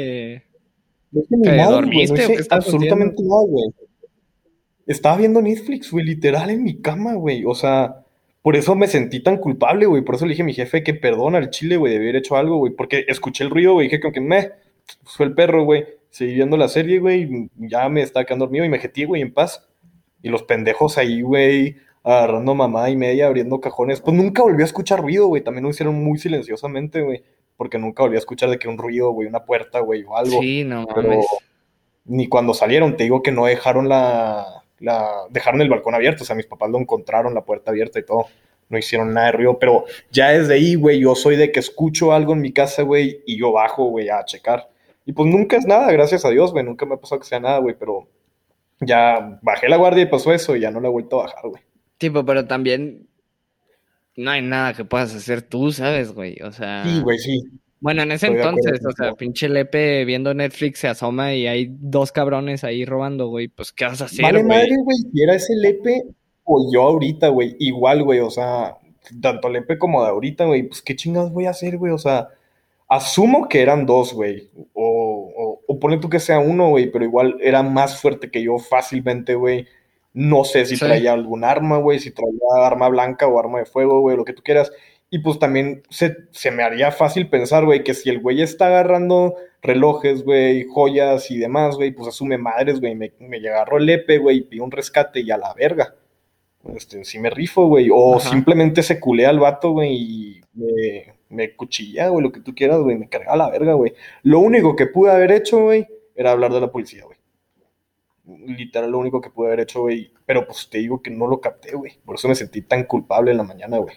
No hice ni ¿te madre, güey. No dormiste o qué hice estabas haciendo? absolutamente nada, güey. Estaba viendo Netflix, güey, literal en mi cama, güey. O sea, por eso me sentí tan culpable, güey. Por eso le dije a mi jefe que perdona al chile, güey, de haber hecho algo, güey. Porque escuché el ruido, güey, dije como que fue el perro, güey. Seguí viendo la serie, güey. Ya me estaba quedando dormido y me jetí, güey, en paz. Y los pendejos ahí, güey, agarrando mamá y media, abriendo cajones. Pues nunca volví a escuchar ruido, güey. También lo hicieron muy silenciosamente, güey. Porque nunca volví a escuchar de que un ruido, güey, una puerta, güey, o algo. Sí, no Pero mames. ni cuando salieron, te digo que no dejaron dejaron el balcón abierto, o sea, mis papás lo encontraron, la puerta abierta y todo, no hicieron nada de ruido, pero ya desde ahí, güey, yo soy de que escucho algo en mi casa, güey, y yo bajo, güey, a checar. Y pues nunca es nada, gracias a Dios, güey, nunca me ha pasado que sea nada, güey, pero ya bajé la guardia y pasó eso y ya no la he vuelto a bajar, güey. Tipo, pero también no hay nada que puedas hacer tú, ¿sabes, güey? O Sí, sea, güey, sí, bueno, en ese estoy de acuerdo entonces, o sea, contigo. pinche Lepe viendo Netflix se asoma y hay dos cabrones ahí robando, güey. Pues, ¿qué vas a hacer, Vale madre, güey? güey, si era ese Lepe o yo ahorita, güey, igual, güey, o sea, tanto Lepe como de ahorita, güey, pues qué chingados voy a hacer, güey, o sea, asumo que eran dos, güey. O ponle tú que sea uno, güey, pero igual era más fuerte que yo fácilmente, güey. No sé si Sí. traía algún arma, güey, si traía arma blanca o arma de fuego, güey, lo que tú quieras. Y pues también se me haría fácil pensar, güey, que si el güey está agarrando relojes, güey, joyas y demás, güey, pues asume madres, güey. Me agarró el Lepe, güey, pidió un rescate y a la verga. Sí me rifo, güey. O Ajá. simplemente se culea al vato, güey, y me cuchilla, güey, lo que tú quieras, güey, me carga a la verga, güey. Lo único que pude haber hecho, güey, era hablar de la policía, güey. Literal, lo único que pude haber hecho, güey. Pero pues te digo que no lo capté, güey. Por eso me sentí tan culpable en la mañana, güey.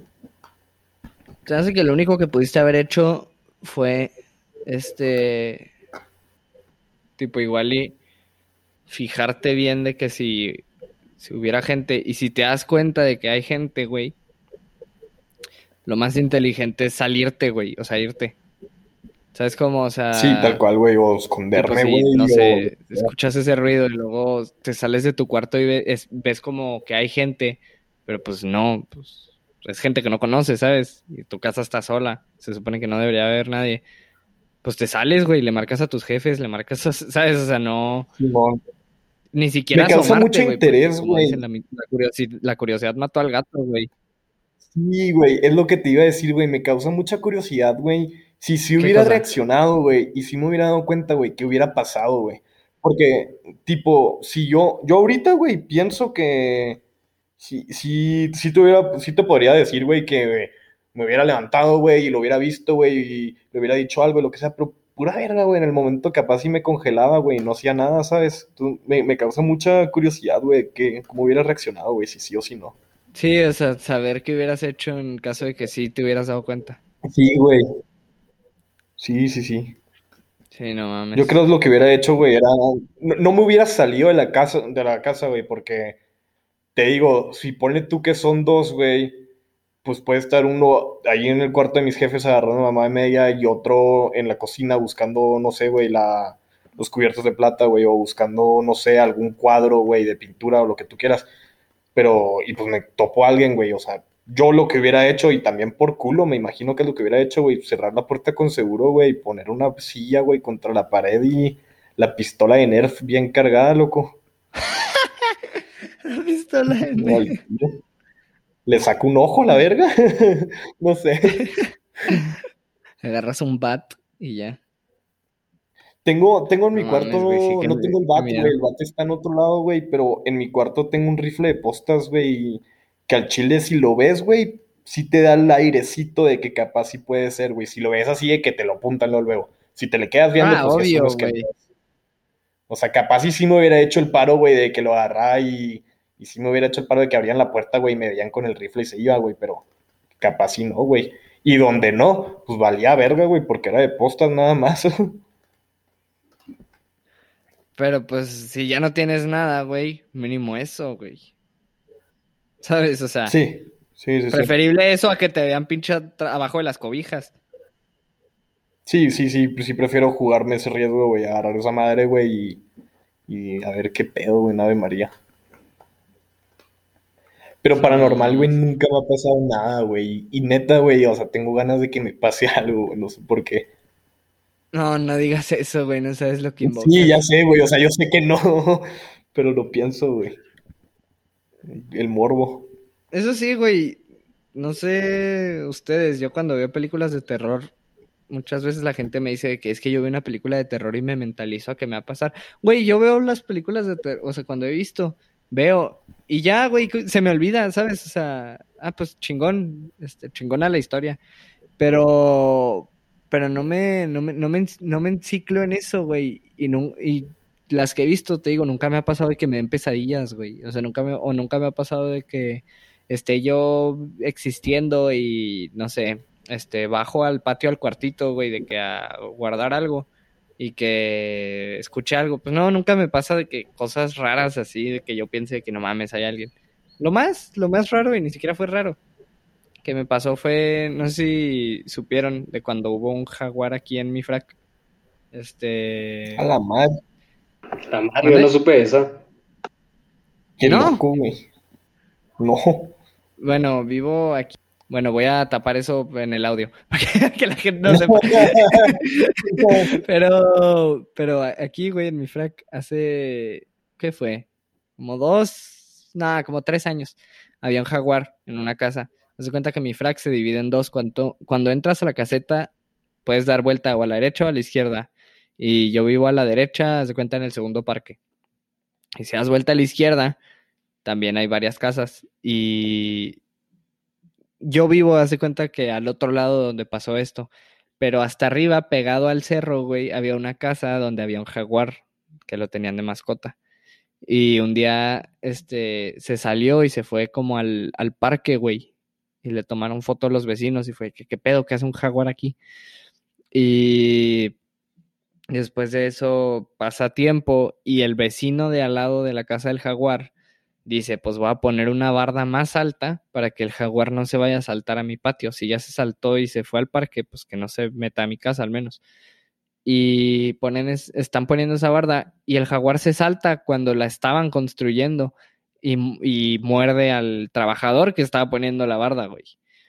Se hace que lo único que pudiste haber hecho fue, este, tipo, igual y fijarte bien de que si hubiera gente, y si te das cuenta de que hay gente, güey, lo más inteligente es salirte, güey, o sea, irte. ¿Sabes cómo? O Sí, tal sea, cual, güey. O tipo, esconderme, si, güey, no o... sé, escuchas ese ruido y luego te sales de tu cuarto y ves como que hay gente, pero pues no, pues es gente que no conoces, ¿sabes? Y tu casa está sola, se supone que no debería haber nadie. Pues te sales, güey, le marcas a tus jefes, le marcas, ¿sabes? O sea, no, Simón. ni Me siquiera causa asomarte, mucho güey, porque interés, como dicen, güey. la curiosidad mató al gato, güey. Sí, güey, es lo que te iba a decir, güey. Me causa mucha curiosidad, güey. Si sí ¿Qué hubiera cosa? reaccionado, güey, y si me hubiera dado cuenta, güey, qué hubiera pasado, güey. Porque, tipo, si yo ahorita, güey, pienso que sí te podría decir, güey, que me hubiera levantado, güey, y lo hubiera visto, güey, y le hubiera dicho algo, lo que sea, pero pura verga, güey, en el momento capaz sí me congelaba, güey, y no hacía nada, ¿sabes? Me causa mucha curiosidad, güey, que cómo hubiera reaccionado, güey, si sí o si no. Sí, o sea, saber qué hubieras hecho en caso de que sí te hubieras dado cuenta. Sí, güey. Sí, sí, sí. Sí, no Yo creo mames. que lo que hubiera hecho, güey, era. No me hubiera salido de la casa, güey, porque te digo, si ponle tú que son dos, güey, pues puede estar uno ahí en el cuarto de mis jefes agarrando mamá de media y otro en la cocina buscando, no sé, güey, los cubiertos de plata, güey, o buscando, no sé, algún cuadro, güey, de pintura o lo que tú quieras. Pero, y pues me topó a alguien, güey, o sea, yo lo que hubiera hecho, y también por culo, me imagino que es lo que hubiera hecho, güey, cerrar la puerta con seguro, güey, y poner una silla, güey, contra la pared y la pistola de Nerf bien cargada, loco. La pistola de No, al Nerf. tiro. Le saco un ojo a la verga. No sé. Agarras un bat y ya. Tengo en No mi cuarto, mames, güey, sí, no tengo el qué bat, güey, miedo. el bat está en otro lado, güey, pero en mi cuarto tengo un rifle de postas, güey, que al chile si lo ves, güey, sí te da el airecito de que capaz sí puede ser, güey, si lo ves así de que te lo apuntan luego. Si te le quedas viendo, Ah, pues ya obvio, asumes que no güey. es. O sea, capaz y sí me hubiera hecho el paro, güey, de que lo agarrara y sí me hubiera hecho el paro de que abrían la puerta, güey, y me veían con el rifle y se iba, güey, pero capaz sí no, güey. Y donde no, pues valía verga, güey, porque era de postas nada más. Pero pues si ya no tienes nada, güey, mínimo eso, güey. ¿Sabes? O sea, Sí, sí, sí, sí. preferible eso a que te vean pinche abajo de las cobijas. Sí, sí, sí, pues sí prefiero jugarme ese riesgo, güey, agarrar esa madre, güey, y a ver qué pedo, güey, Ave María. Pero Sí, no paranormal, güey, mames. nunca me ha pasado nada, güey. Y neta, güey, o sea, tengo ganas de que me pase algo, güey, no sé por qué. No, no digas eso, güey, no sabes lo que Sí, ya invocas. sé, güey, o sea, yo sé que no, pero lo pienso, güey. El morbo. Eso sí, güey, no sé ustedes, yo cuando veo películas de terror, muchas veces la gente me dice que es que yo veo una película de terror y me mentalizo a que me va a pasar. Güey, yo veo las películas de terror, o sea, cuando he visto, veo y ya, güey, se me olvida, ¿sabes? O sea, pues chingón, chingona la historia. Pero, pero no me enciclo en eso, güey. Y las que he visto, te digo, nunca me ha pasado de que me den pesadillas, güey. O sea, nunca me ha pasado de que esté yo existiendo y, no sé, bajo al patio al cuartito, güey, de que a guardar algo y que escuche algo. Pues no, nunca me pasa de que cosas raras así, de que yo piense de que no mames, hay alguien. Lo más raro, y ni siquiera fue raro que me pasó fue, no sé si supieron de cuando hubo un jaguar aquí en mi frac. A Este, la madre, La madre, yo no ¿Mande? supe esa. qué No, loco, güey. No. bueno, vivo aquí. Bueno, voy a tapar eso en el audio, para que la gente no sepa. Pero aquí, güey, en mi frac, hace, ¿qué fue? Como nada, como 3 años, había un jaguar en una casa. Haz de cuenta que mi frac se divide en dos. Cuando entras a la caseta, puedes dar vuelta o a la derecha o a la izquierda. Y yo vivo a la derecha, haz de cuenta en el segundo parque. Y si das vuelta a la izquierda, también hay varias casas. Y yo vivo, haz de cuenta que al otro lado donde pasó esto. Pero hasta arriba, pegado al cerro, güey, había una casa donde había un jaguar que lo tenían de mascota. Y un día, se salió y se fue como al parque, güey. Y le tomaron foto a los vecinos y fue, ¿qué pedo? ¿Qué hace un jaguar aquí? Y después de eso pasa tiempo y el vecino de al lado de la casa del jaguar dice, pues voy a poner una barda más alta para que el jaguar no se vaya a saltar a mi patio. Si ya se saltó y se fue al parque, pues que no se meta a mi casa al menos. Y están poniendo esa barda y el jaguar se salta cuando la estaban construyendo y muerde al trabajador que estaba poniendo la barda, güey.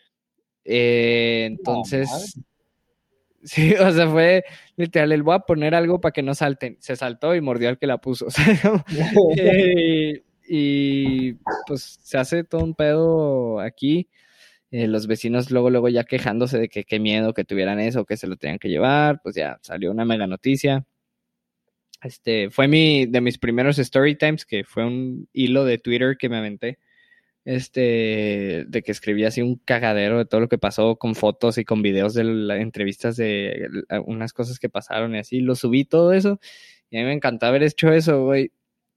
La madre. Entonces, sí, o sea, fue literal, el voy a poner algo para que no salten. Se saltó y mordió al que la puso. O sea, y pues se hace todo un pedo aquí. Los vecinos luego ya quejándose de que qué miedo que tuvieran eso, que se lo tenían que llevar, pues ya salió una mega noticia. Fue de mis primeros story times, que fue un hilo de Twitter que me aventé, de que escribía así un cagadero de todo lo que pasó, con fotos y con videos de las entrevistas de unas cosas que pasaron y así, lo subí todo eso, y a mí me encantaba haber hecho eso, güey.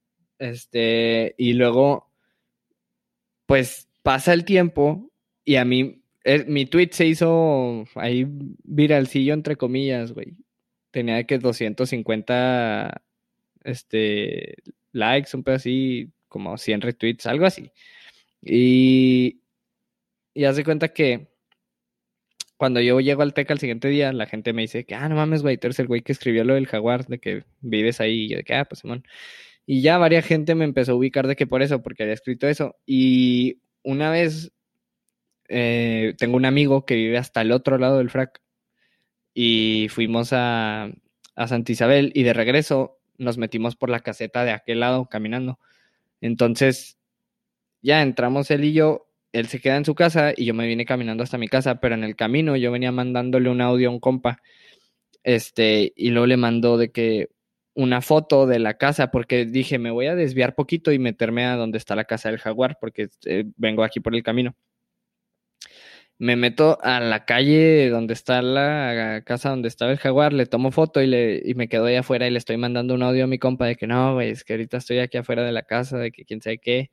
Y luego, pues pasa el tiempo y a mí, mi tweet se hizo ahí viralcillo, entre comillas, güey. Tenía que 250 likes, un pedo así, como 100 retweets, algo así. Y haz de cuenta que cuando yo llego al Teca al siguiente día, la gente me dice que, no mames, güey, tú eres el güey que escribió lo del jaguar, de que vives ahí, y yo de que, pues Simón. Y ya varias gente me empezó a ubicar de que por eso, porque había escrito eso. Y una vez tengo un amigo que vive hasta el otro lado del frac y fuimos a Santa Isabel y de regreso nos metimos por la caseta de aquel lado caminando. Entonces ya entramos él y yo, él se queda en su casa y yo me vine caminando hasta mi casa, pero en el camino yo venía mandándole un audio a un compa, y luego le mandó de que una foto de la casa, porque dije, me voy a desviar poquito y meterme a donde está la casa del jaguar, porque vengo aquí por el camino. Me meto a la calle donde está la casa donde estaba el jaguar, le tomo foto y me quedo ahí afuera y le estoy mandando un audio a mi compa de que no, güey, es que ahorita estoy aquí afuera de la casa, de que quién sabe qué.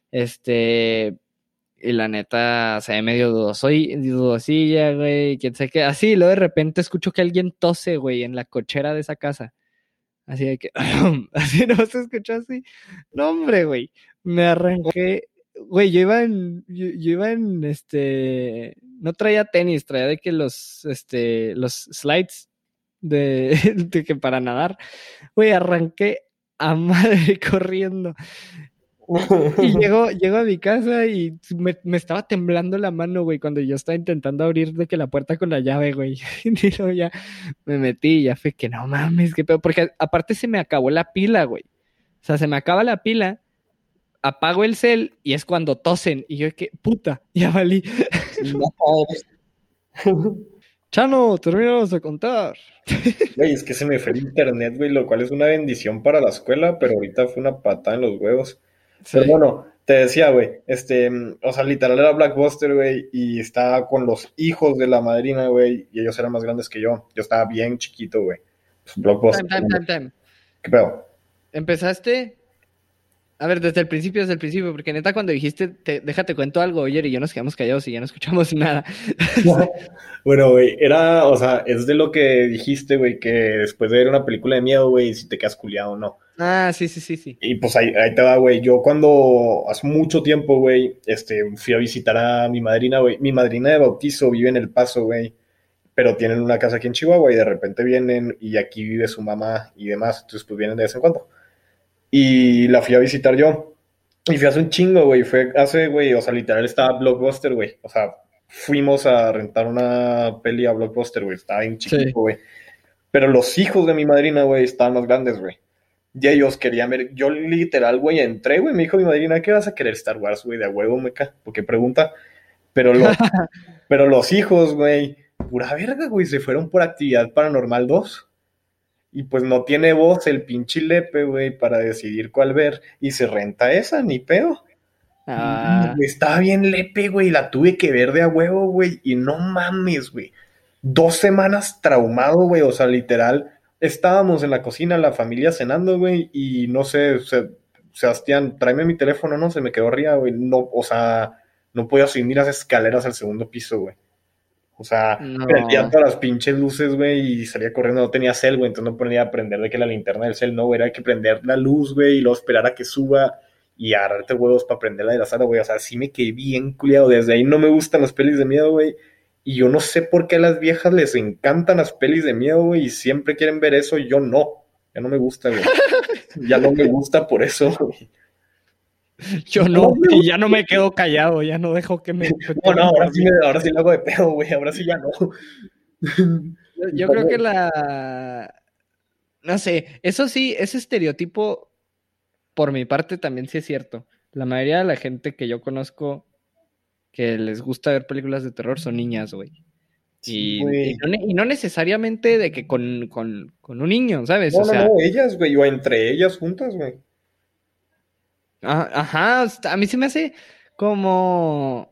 Y la neta se ve medio dudosilla, güey, quién sabe qué. Así, luego de repente escucho que alguien tose, güey, en la cochera de esa casa. Así de que, así no se escuchó así. No, hombre, güey, me arranqué. Güey, yo iba en, no traía tenis, traía de que los slides de que para nadar, güey, arranqué a madre corriendo. Y llego a mi casa y me estaba temblando la mano, güey, cuando yo estaba intentando abrir de que la puerta con la llave, güey. Y luego ya me metí y ya fue que no mames, qué pedo, porque aparte se me acabó la pila, güey. O sea, se me acaba la pila, apago el cel y es cuando tosen. Y yo, que puta, ya valí. Chano, terminamos de contar. Güey, es que se me fue el internet, güey, lo cual es una bendición para la escuela, pero ahorita fue una patada en los huevos. Pero Sí. bueno, te decía, güey, o sea, literal era Blackbuster, güey, y estaba con los hijos de la madrina, güey, y ellos eran más grandes que yo. Yo estaba bien chiquito, güey. Pues Blockbuster. Time. ¿Qué pedo? Empezaste. A ver, desde el principio, porque neta cuando dijiste, déjate cuento algo, ayer y yo nos quedamos callados y ya no escuchamos nada. Bueno, güey, o sea, es de lo que dijiste, güey, que después de ver una película de miedo, güey, si te quedas culiado o no. Sí. Y pues ahí te va, güey. Yo cuando hace mucho tiempo, güey, fui a visitar a mi madrina, güey. Mi madrina de bautizo vive en El Paso, güey, pero tienen una casa aquí en Chihuahua y de repente vienen y aquí vive su mamá y demás, entonces pues vienen de vez en cuando. Y la fui a visitar yo. Y fui hace un chingo, güey. Fue hace, güey, o sea, literal estaba Blockbuster, güey. O sea, fuimos a rentar una peli a Blockbuster, güey. Estaba bien chiquito, Sí. güey. Pero los hijos de mi madrina, güey, estaban más grandes, güey. Y ellos querían ver. Yo literal, güey, entré, güey. Me dijo mi madrina, ¿qué vas a querer Star Wars, güey? De a huevo, meca. Porque pregunta. Pero los, pero los hijos, güey, pura verga, güey. Se fueron por Actividad Paranormal 2. Y pues no tiene voz el pinche Lepe, güey, para decidir cuál ver. Y se renta esa, ni pedo. Ah, Estaba bien Lepe, güey. La tuve que ver de a huevo, güey. Y no mames, güey. 2 semanas traumado, güey. O sea, literal. Estábamos en la cocina, la familia cenando, güey. Y no sé, Sebastián, tráeme mi teléfono, no se me quedó arriba, güey. No, o sea, no podía subir las escaleras al segundo piso, güey. O sea, prendía no. todas las pinches luces, güey, y salía corriendo. No tenía cel, güey, entonces no ponía a prender de que la linterna del cel, no, güey, era que prender la luz, güey, y luego esperar a que suba y agarrarte huevos para prender la de la sala, güey. O sea, sí me quedé bien culiado. Desde ahí no me gustan las pelis de miedo, güey. Y yo no sé por qué a las viejas les encantan las pelis de miedo, güey, y siempre quieren ver eso, y yo no. Ya no me gusta, güey. Ya no me gusta por eso, güey. Yo no, y ya no me quedo callado, ya no dejo que me... No, no, ahora sí lo hago de pedo, güey. Ahora sí ya no. Yo creo que no sé, eso sí, ese estereotipo, por mi parte, también sí es cierto. La mayoría de la gente que yo conozco que les gusta ver películas de terror son niñas, güey. Sí, Y güey. no necesariamente de que con un niño, ¿sabes? No, O no, sea, no, ellas, güey, o entre ellas juntas, güey. ajá, a mí se me hace como,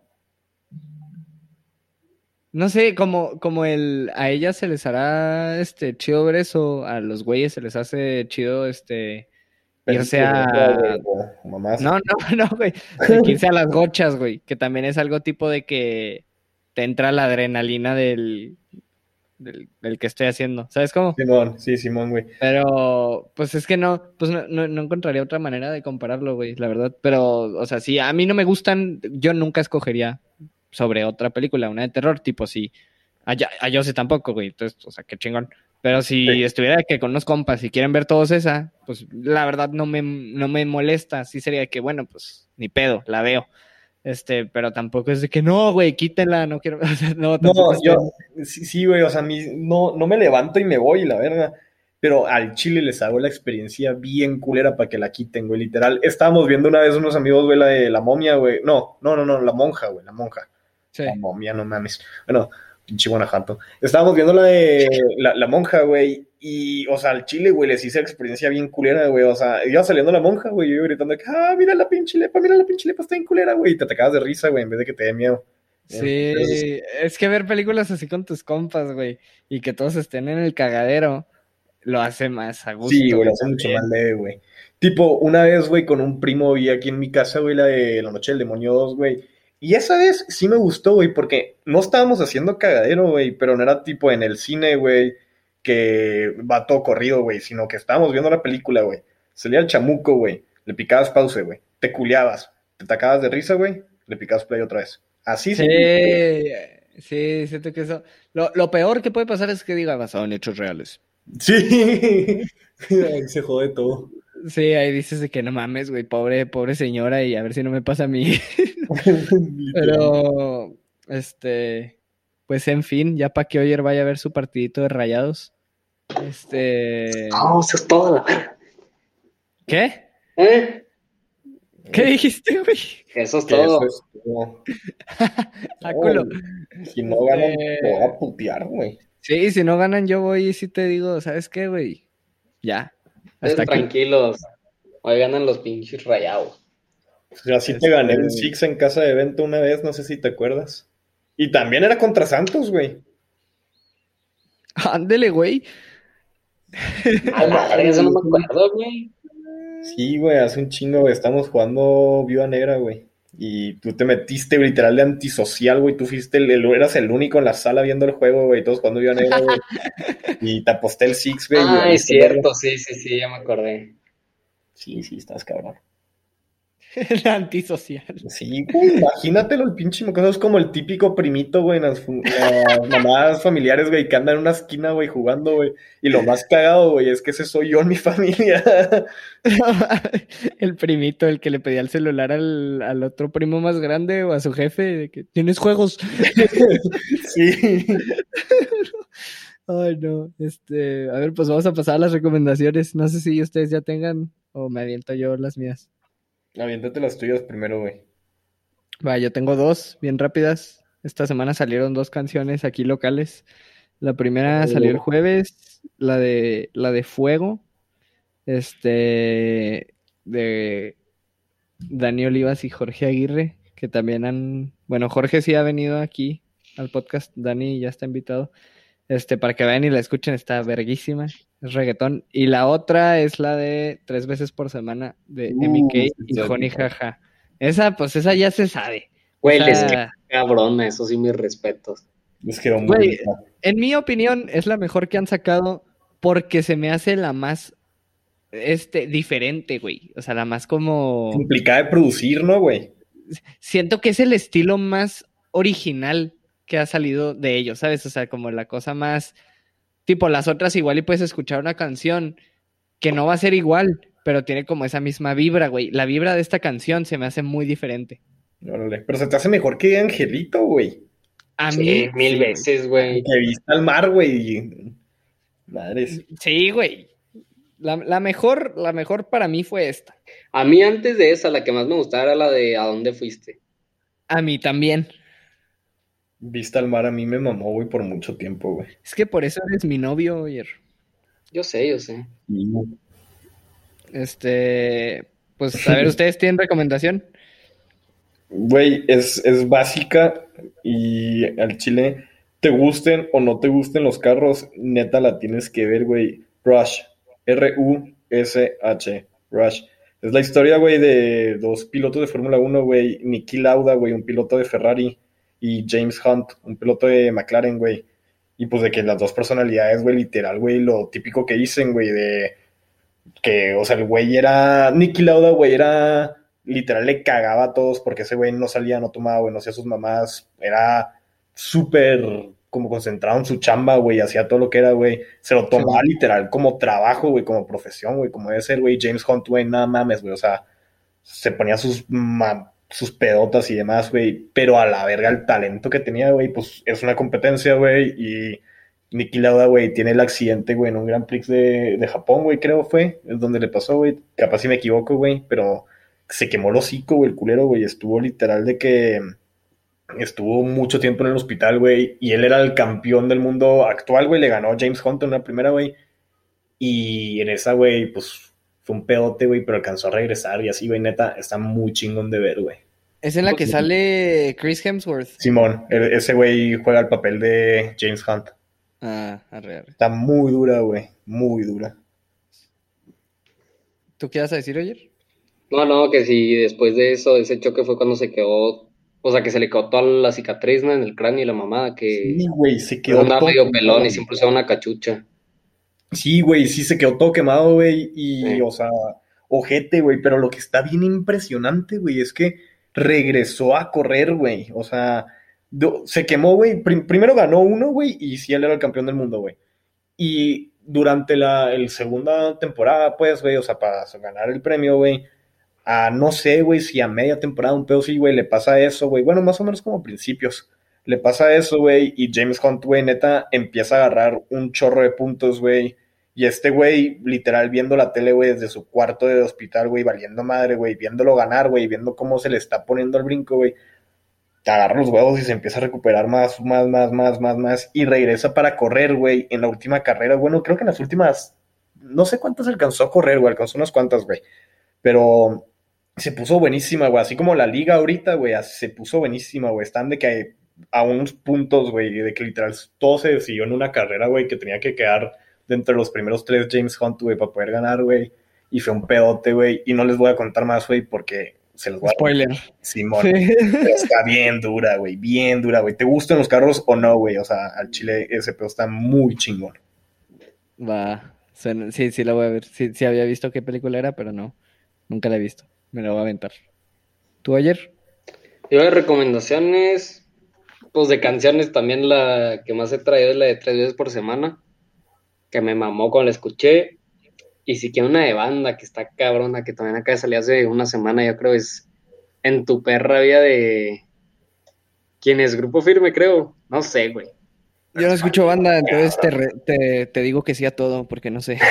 no sé, como a ellas se les hará chido ver eso, a los güeyes se les hace chido irse Películas, a... güey, o mamás. No, no, no, güey. De que irse a las gochas, güey. Que también es algo tipo de que te entra la adrenalina del que estoy haciendo. ¿Sabes cómo? Simón, sí, Simón, güey. Pero, pues es que pues no encontraría otra manera de compararlo, güey, la verdad. Pero, o sea, si a mí no me gustan, yo nunca escogería sobre otra película, una de terror, tipo si a Jose tampoco, güey. Entonces, o sea, qué chingón. Pero si Sí. estuviera de que con unos compas y quieren ver todos esa, pues la verdad no me molesta. Sí sería de que, bueno, pues ni pedo, la veo. Pero tampoco es de que no, güey, quítenla, no quiero, o sea, no, No, tampoco estoy. sí, sí, güey, o sea, no me levanto y me voy, la verga. Pero al chile les hago la experiencia bien culera para que la quiten, güey, literal. Estábamos viendo una vez unos amigos, güey, la de la momia, güey. No, la monja, güey, la monja. Sí. La momia, no mames. Bueno, pinche Guanajuato. Estábamos viendo la de la monja, güey. Y, o sea, al chile, güey, les hice experiencia bien culera, güey. O sea, iba saliendo la monja, güey, y yo gritando, mira la pinche lepa, está bien culera, güey. Y te atacabas de risa, güey, en vez de que te dé miedo. Entonces, Sí, es que ver películas así con tus compas, güey, y que todos estén en el cagadero, lo hace más a sí, gusto, güey, lo güey, hace mucho más también. leve, güey. Tipo, una vez, güey, con un primo vi aquí en mi casa, güey, la de La Noche del Demonio 2, güey. Y esa vez sí me gustó, güey, porque no estábamos haciendo cagadero, güey, pero no era tipo en el cine, güey, que va todo corrido, güey, sino que estábamos viendo la película, güey. Salía el chamuco, güey, le picabas pause, güey, te culeabas, te atacabas de risa, güey, le picabas play otra vez. Así Sí, sí. sí, siento que eso. Lo peor que puede pasar es que diga basado en hechos reales. Sí, ahí se jode todo. Sí, ahí dices de que no mames, güey, pobre señora, y a ver si no me pasa a mí. Literal. Pero, pues en fin, ya para que Oyer vaya a ver su partidito de Rayados. No, eso es todo, la verga. ¿Qué? ¿Eh? ¿Qué dijiste, güey? Eso es Que eso todo. es todo. Ah, No, culo. si no ganan, me voy a putear, güey. Sí, si no ganan, yo voy y sí te digo, ¿sabes qué, güey? Ya, hasta Ustedes aquí. tranquilos. Hoy ganan los pinches Rayados. O sea, sí te gané un Six en casa de evento una vez, no sé si te acuerdas. Y también era contra Santos, güey. Ándele, güey. A la verga, eso no me Mames, acuerdo, güey. sí, güey, hace un chingo, güey. Estamos jugando Viuda Negra, güey. Y tú te metiste literal de antisocial, güey. Tú fuiste eras el único en la sala viendo el juego, güey. Todos jugando Viuda Negra, güey. Y te aposté el Six, güey. Y Ah, es valiste verga. cierto, sí, sí, sí, ya me acordé. Sí, sí, estás cabrón. El antisocial. Sí, güey, imagínatelo, el pinche mocoso es como el típico primito, güey, en las mamás familiares, güey, que andan en una esquina, güey, jugando, güey. Y lo más cagado, güey, es que ese soy yo en mi familia. El primito, el que le pedía el celular al otro primo más grande o a su jefe, de que tienes juegos. Sí. Ay, no. A ver, pues vamos a pasar a las recomendaciones. No sé si ustedes ya tengan o me aviento yo las mías. Aviéntate las tuyas primero, güey. Va, yo tengo dos bien rápidas. Esta semana salieron dos canciones aquí locales. La primera salió el Oh, jueves, la de Fuego, de Dani Olivas y Jorge Aguirre, que también bueno, Jorge sí ha venido aquí al podcast, Dani ya está invitado. Para que vayan y la escuchen, está verguísima, es reggaetón. Y la otra es la de 3 veces por semana de MK sí, y está Honey épico. Jaja. Esa, pues esa ya se sabe. Güey, les quedó Esa, cabrón, eso sí, mis respetos. Les quedó muy güey, bien. en mi opinión es la mejor que han sacado porque se me hace la más, diferente, güey. O sea, la más como... Complicada de producir, ¿no, güey? Siento que es el estilo más original que ha salido de ellos, ¿sabes? O sea, como la cosa más... Tipo, las otras igual y puedes escuchar una canción que no va a ser igual, pero tiene como esa misma vibra, güey. La vibra de esta canción se me hace muy diferente. Órale. Pero se te hace mejor que Angelito, güey. A Sí, mí, mil sí, güey. veces, güey. Que viste al mar, güey. Madres. Sí, güey. La mejor para mí fue esta. A mí antes de esa, la que más me gustaba era la de ¿A dónde fuiste? A mí también. Vista al mar a mí me mamó, güey, por mucho tiempo, güey. Es que por eso eres mi novio, oye. Yo sé. Pues a ver, ¿ustedes tienen recomendación? Güey, es básica y al chile, te gusten o no te gusten los carros, neta la tienes que ver, güey. Rush, R-U-S-H, Rush. Es la historia, güey, de dos pilotos de Fórmula 1, güey. Niki Lauda, güey, un piloto de Ferrari, y James Hunt, un piloto de McLaren, güey. Y pues de que las dos personalidades, güey, literal, güey, lo típico que dicen, güey, de que, o sea, el güey era, Niki Lauda, güey, era, literal, le cagaba a todos porque ese güey no salía, no tomaba, güey, no hacía sus mamás, era súper como concentrado en su chamba, güey, hacía todo lo que era, güey, se lo tomaba Sí. literal como trabajo, güey, como profesión, güey, como debe ser, güey, James Hunt, güey, nada mames, güey, o sea, se ponía sus pedotas y demás, güey, pero a la verga el talento que tenía, güey, pues es una competencia, güey, y Niki Lauda, güey, tiene el accidente, güey, en un Grand Prix de Japón, güey, creo fue, es donde le pasó, güey, capaz si me equivoco, güey, pero se quemó el hocico, güey, el culero, güey, estuvo literal de que estuvo mucho tiempo en el hospital, güey, y él era el campeón del mundo actual, güey, le ganó a James Hunt en una primera, güey, y en esa, güey, pues fue un pedote, güey, pero alcanzó a regresar y así, güey, neta, está muy chingón de ver, güey. Es en la que sale Chris Hemsworth. Simón, ese güey juega el papel de James Hunt. Ah, arre, arre. Está muy dura, güey, muy dura. ¿Tú qué ibas a decir, Oyer? No, que si después de eso, ese choque fue cuando se quedó, o sea, que se le quedó toda la cicatriz, ¿no? En el cráneo y la mamada, Sí, que güey, se pues quedó andaba todo medio pelón quemado. y siempre usaba una cachucha. Sí, güey, sí se quedó todo quemado, güey, y, Eh, o sea, ojete, güey, pero lo que está bien impresionante, güey, es que regresó a correr, güey, o sea, se quemó, güey, primero ganó uno, güey, y sí, él era el campeón del mundo, güey. Y durante el segunda temporada, pues, güey, o sea, para ganar el premio, güey, a no sé, güey, si a media temporada un pedo sí, güey, le pasa eso, güey. Bueno, más o menos como a principios. Le pasa eso, güey, y James Hunt, güey, neta, empieza a agarrar un chorro de puntos, güey. Y este güey, literal, viendo la tele, güey, desde su cuarto de hospital, güey, valiendo madre, güey, viéndolo ganar, güey, viendo cómo se le está poniendo el brinco, güey, te agarra los huevos y se empieza a recuperar más, y regresa para correr, güey, en la última carrera. Bueno, creo que en las últimas, no sé cuántas alcanzó a correr, güey, alcanzó unas cuantas, güey, pero se puso buenísima, güey, así como la liga ahorita, güey, se puso buenísima, güey, están de que a unos puntos, güey, de que literal todo se decidió en una carrera, güey, que tenía que quedar dentro de los primeros tres James Hunt, güey, para poder ganar, güey, y fue un pedote, güey, y no les voy a contar más, güey, porque se los voy a... Spoiler. Simón. Sí. Pero está bien dura, güey. ¿Te gustan los carros o no, güey? O sea, al chile ese pedo está muy chingón. Va. Sí, sí la voy a ver. Sí, sí había visto qué película era, pero no. Nunca la he visto. Me la voy a aventar. ¿Tú, Oyer? yo de recomendaciones, pues de canciones también la que más he traído es la de 3 veces por semana, que me mamó cuando la escuché. Y si quiero una de banda que está cabrona, que también acaba de salir hace una semana, yo creo es En tu perra vida de... ¿Quién es? Grupo Firme, creo. No sé, güey. Yo no escucho banda, entonces te digo que sí a todo, porque no sé.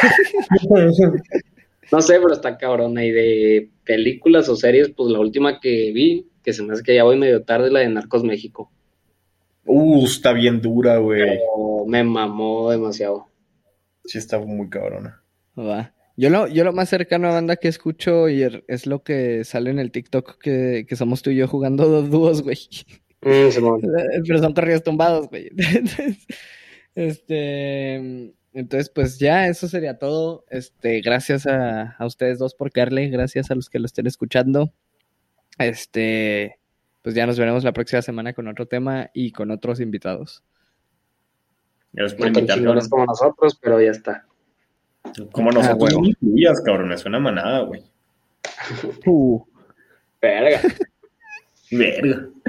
No sé, pero está cabrona. Y de películas o series, pues la última que vi, que se me hace que ya voy medio tarde, es la de Narcos México. Está bien dura, güey. O me mamó demasiado. Sí, está muy cabrona. Va. Yo lo más cercano a banda que escucho es lo que sale en el TikTok que somos tú y yo jugando dos dúos, güey. Simón. Pero son corridos tumbados, güey. Entonces, pues ya, eso sería todo. Gracias a ustedes dos por caerle, gracias a los que lo estén escuchando. Pues ya nos veremos la próxima semana con otro tema y con otros invitados. Gracias por No tan invitar, chingones cabrón. como nosotros, pero ya está. Como nosotros huevo. no incluías, cabrón. Es una manada, güey. Verga. Verga.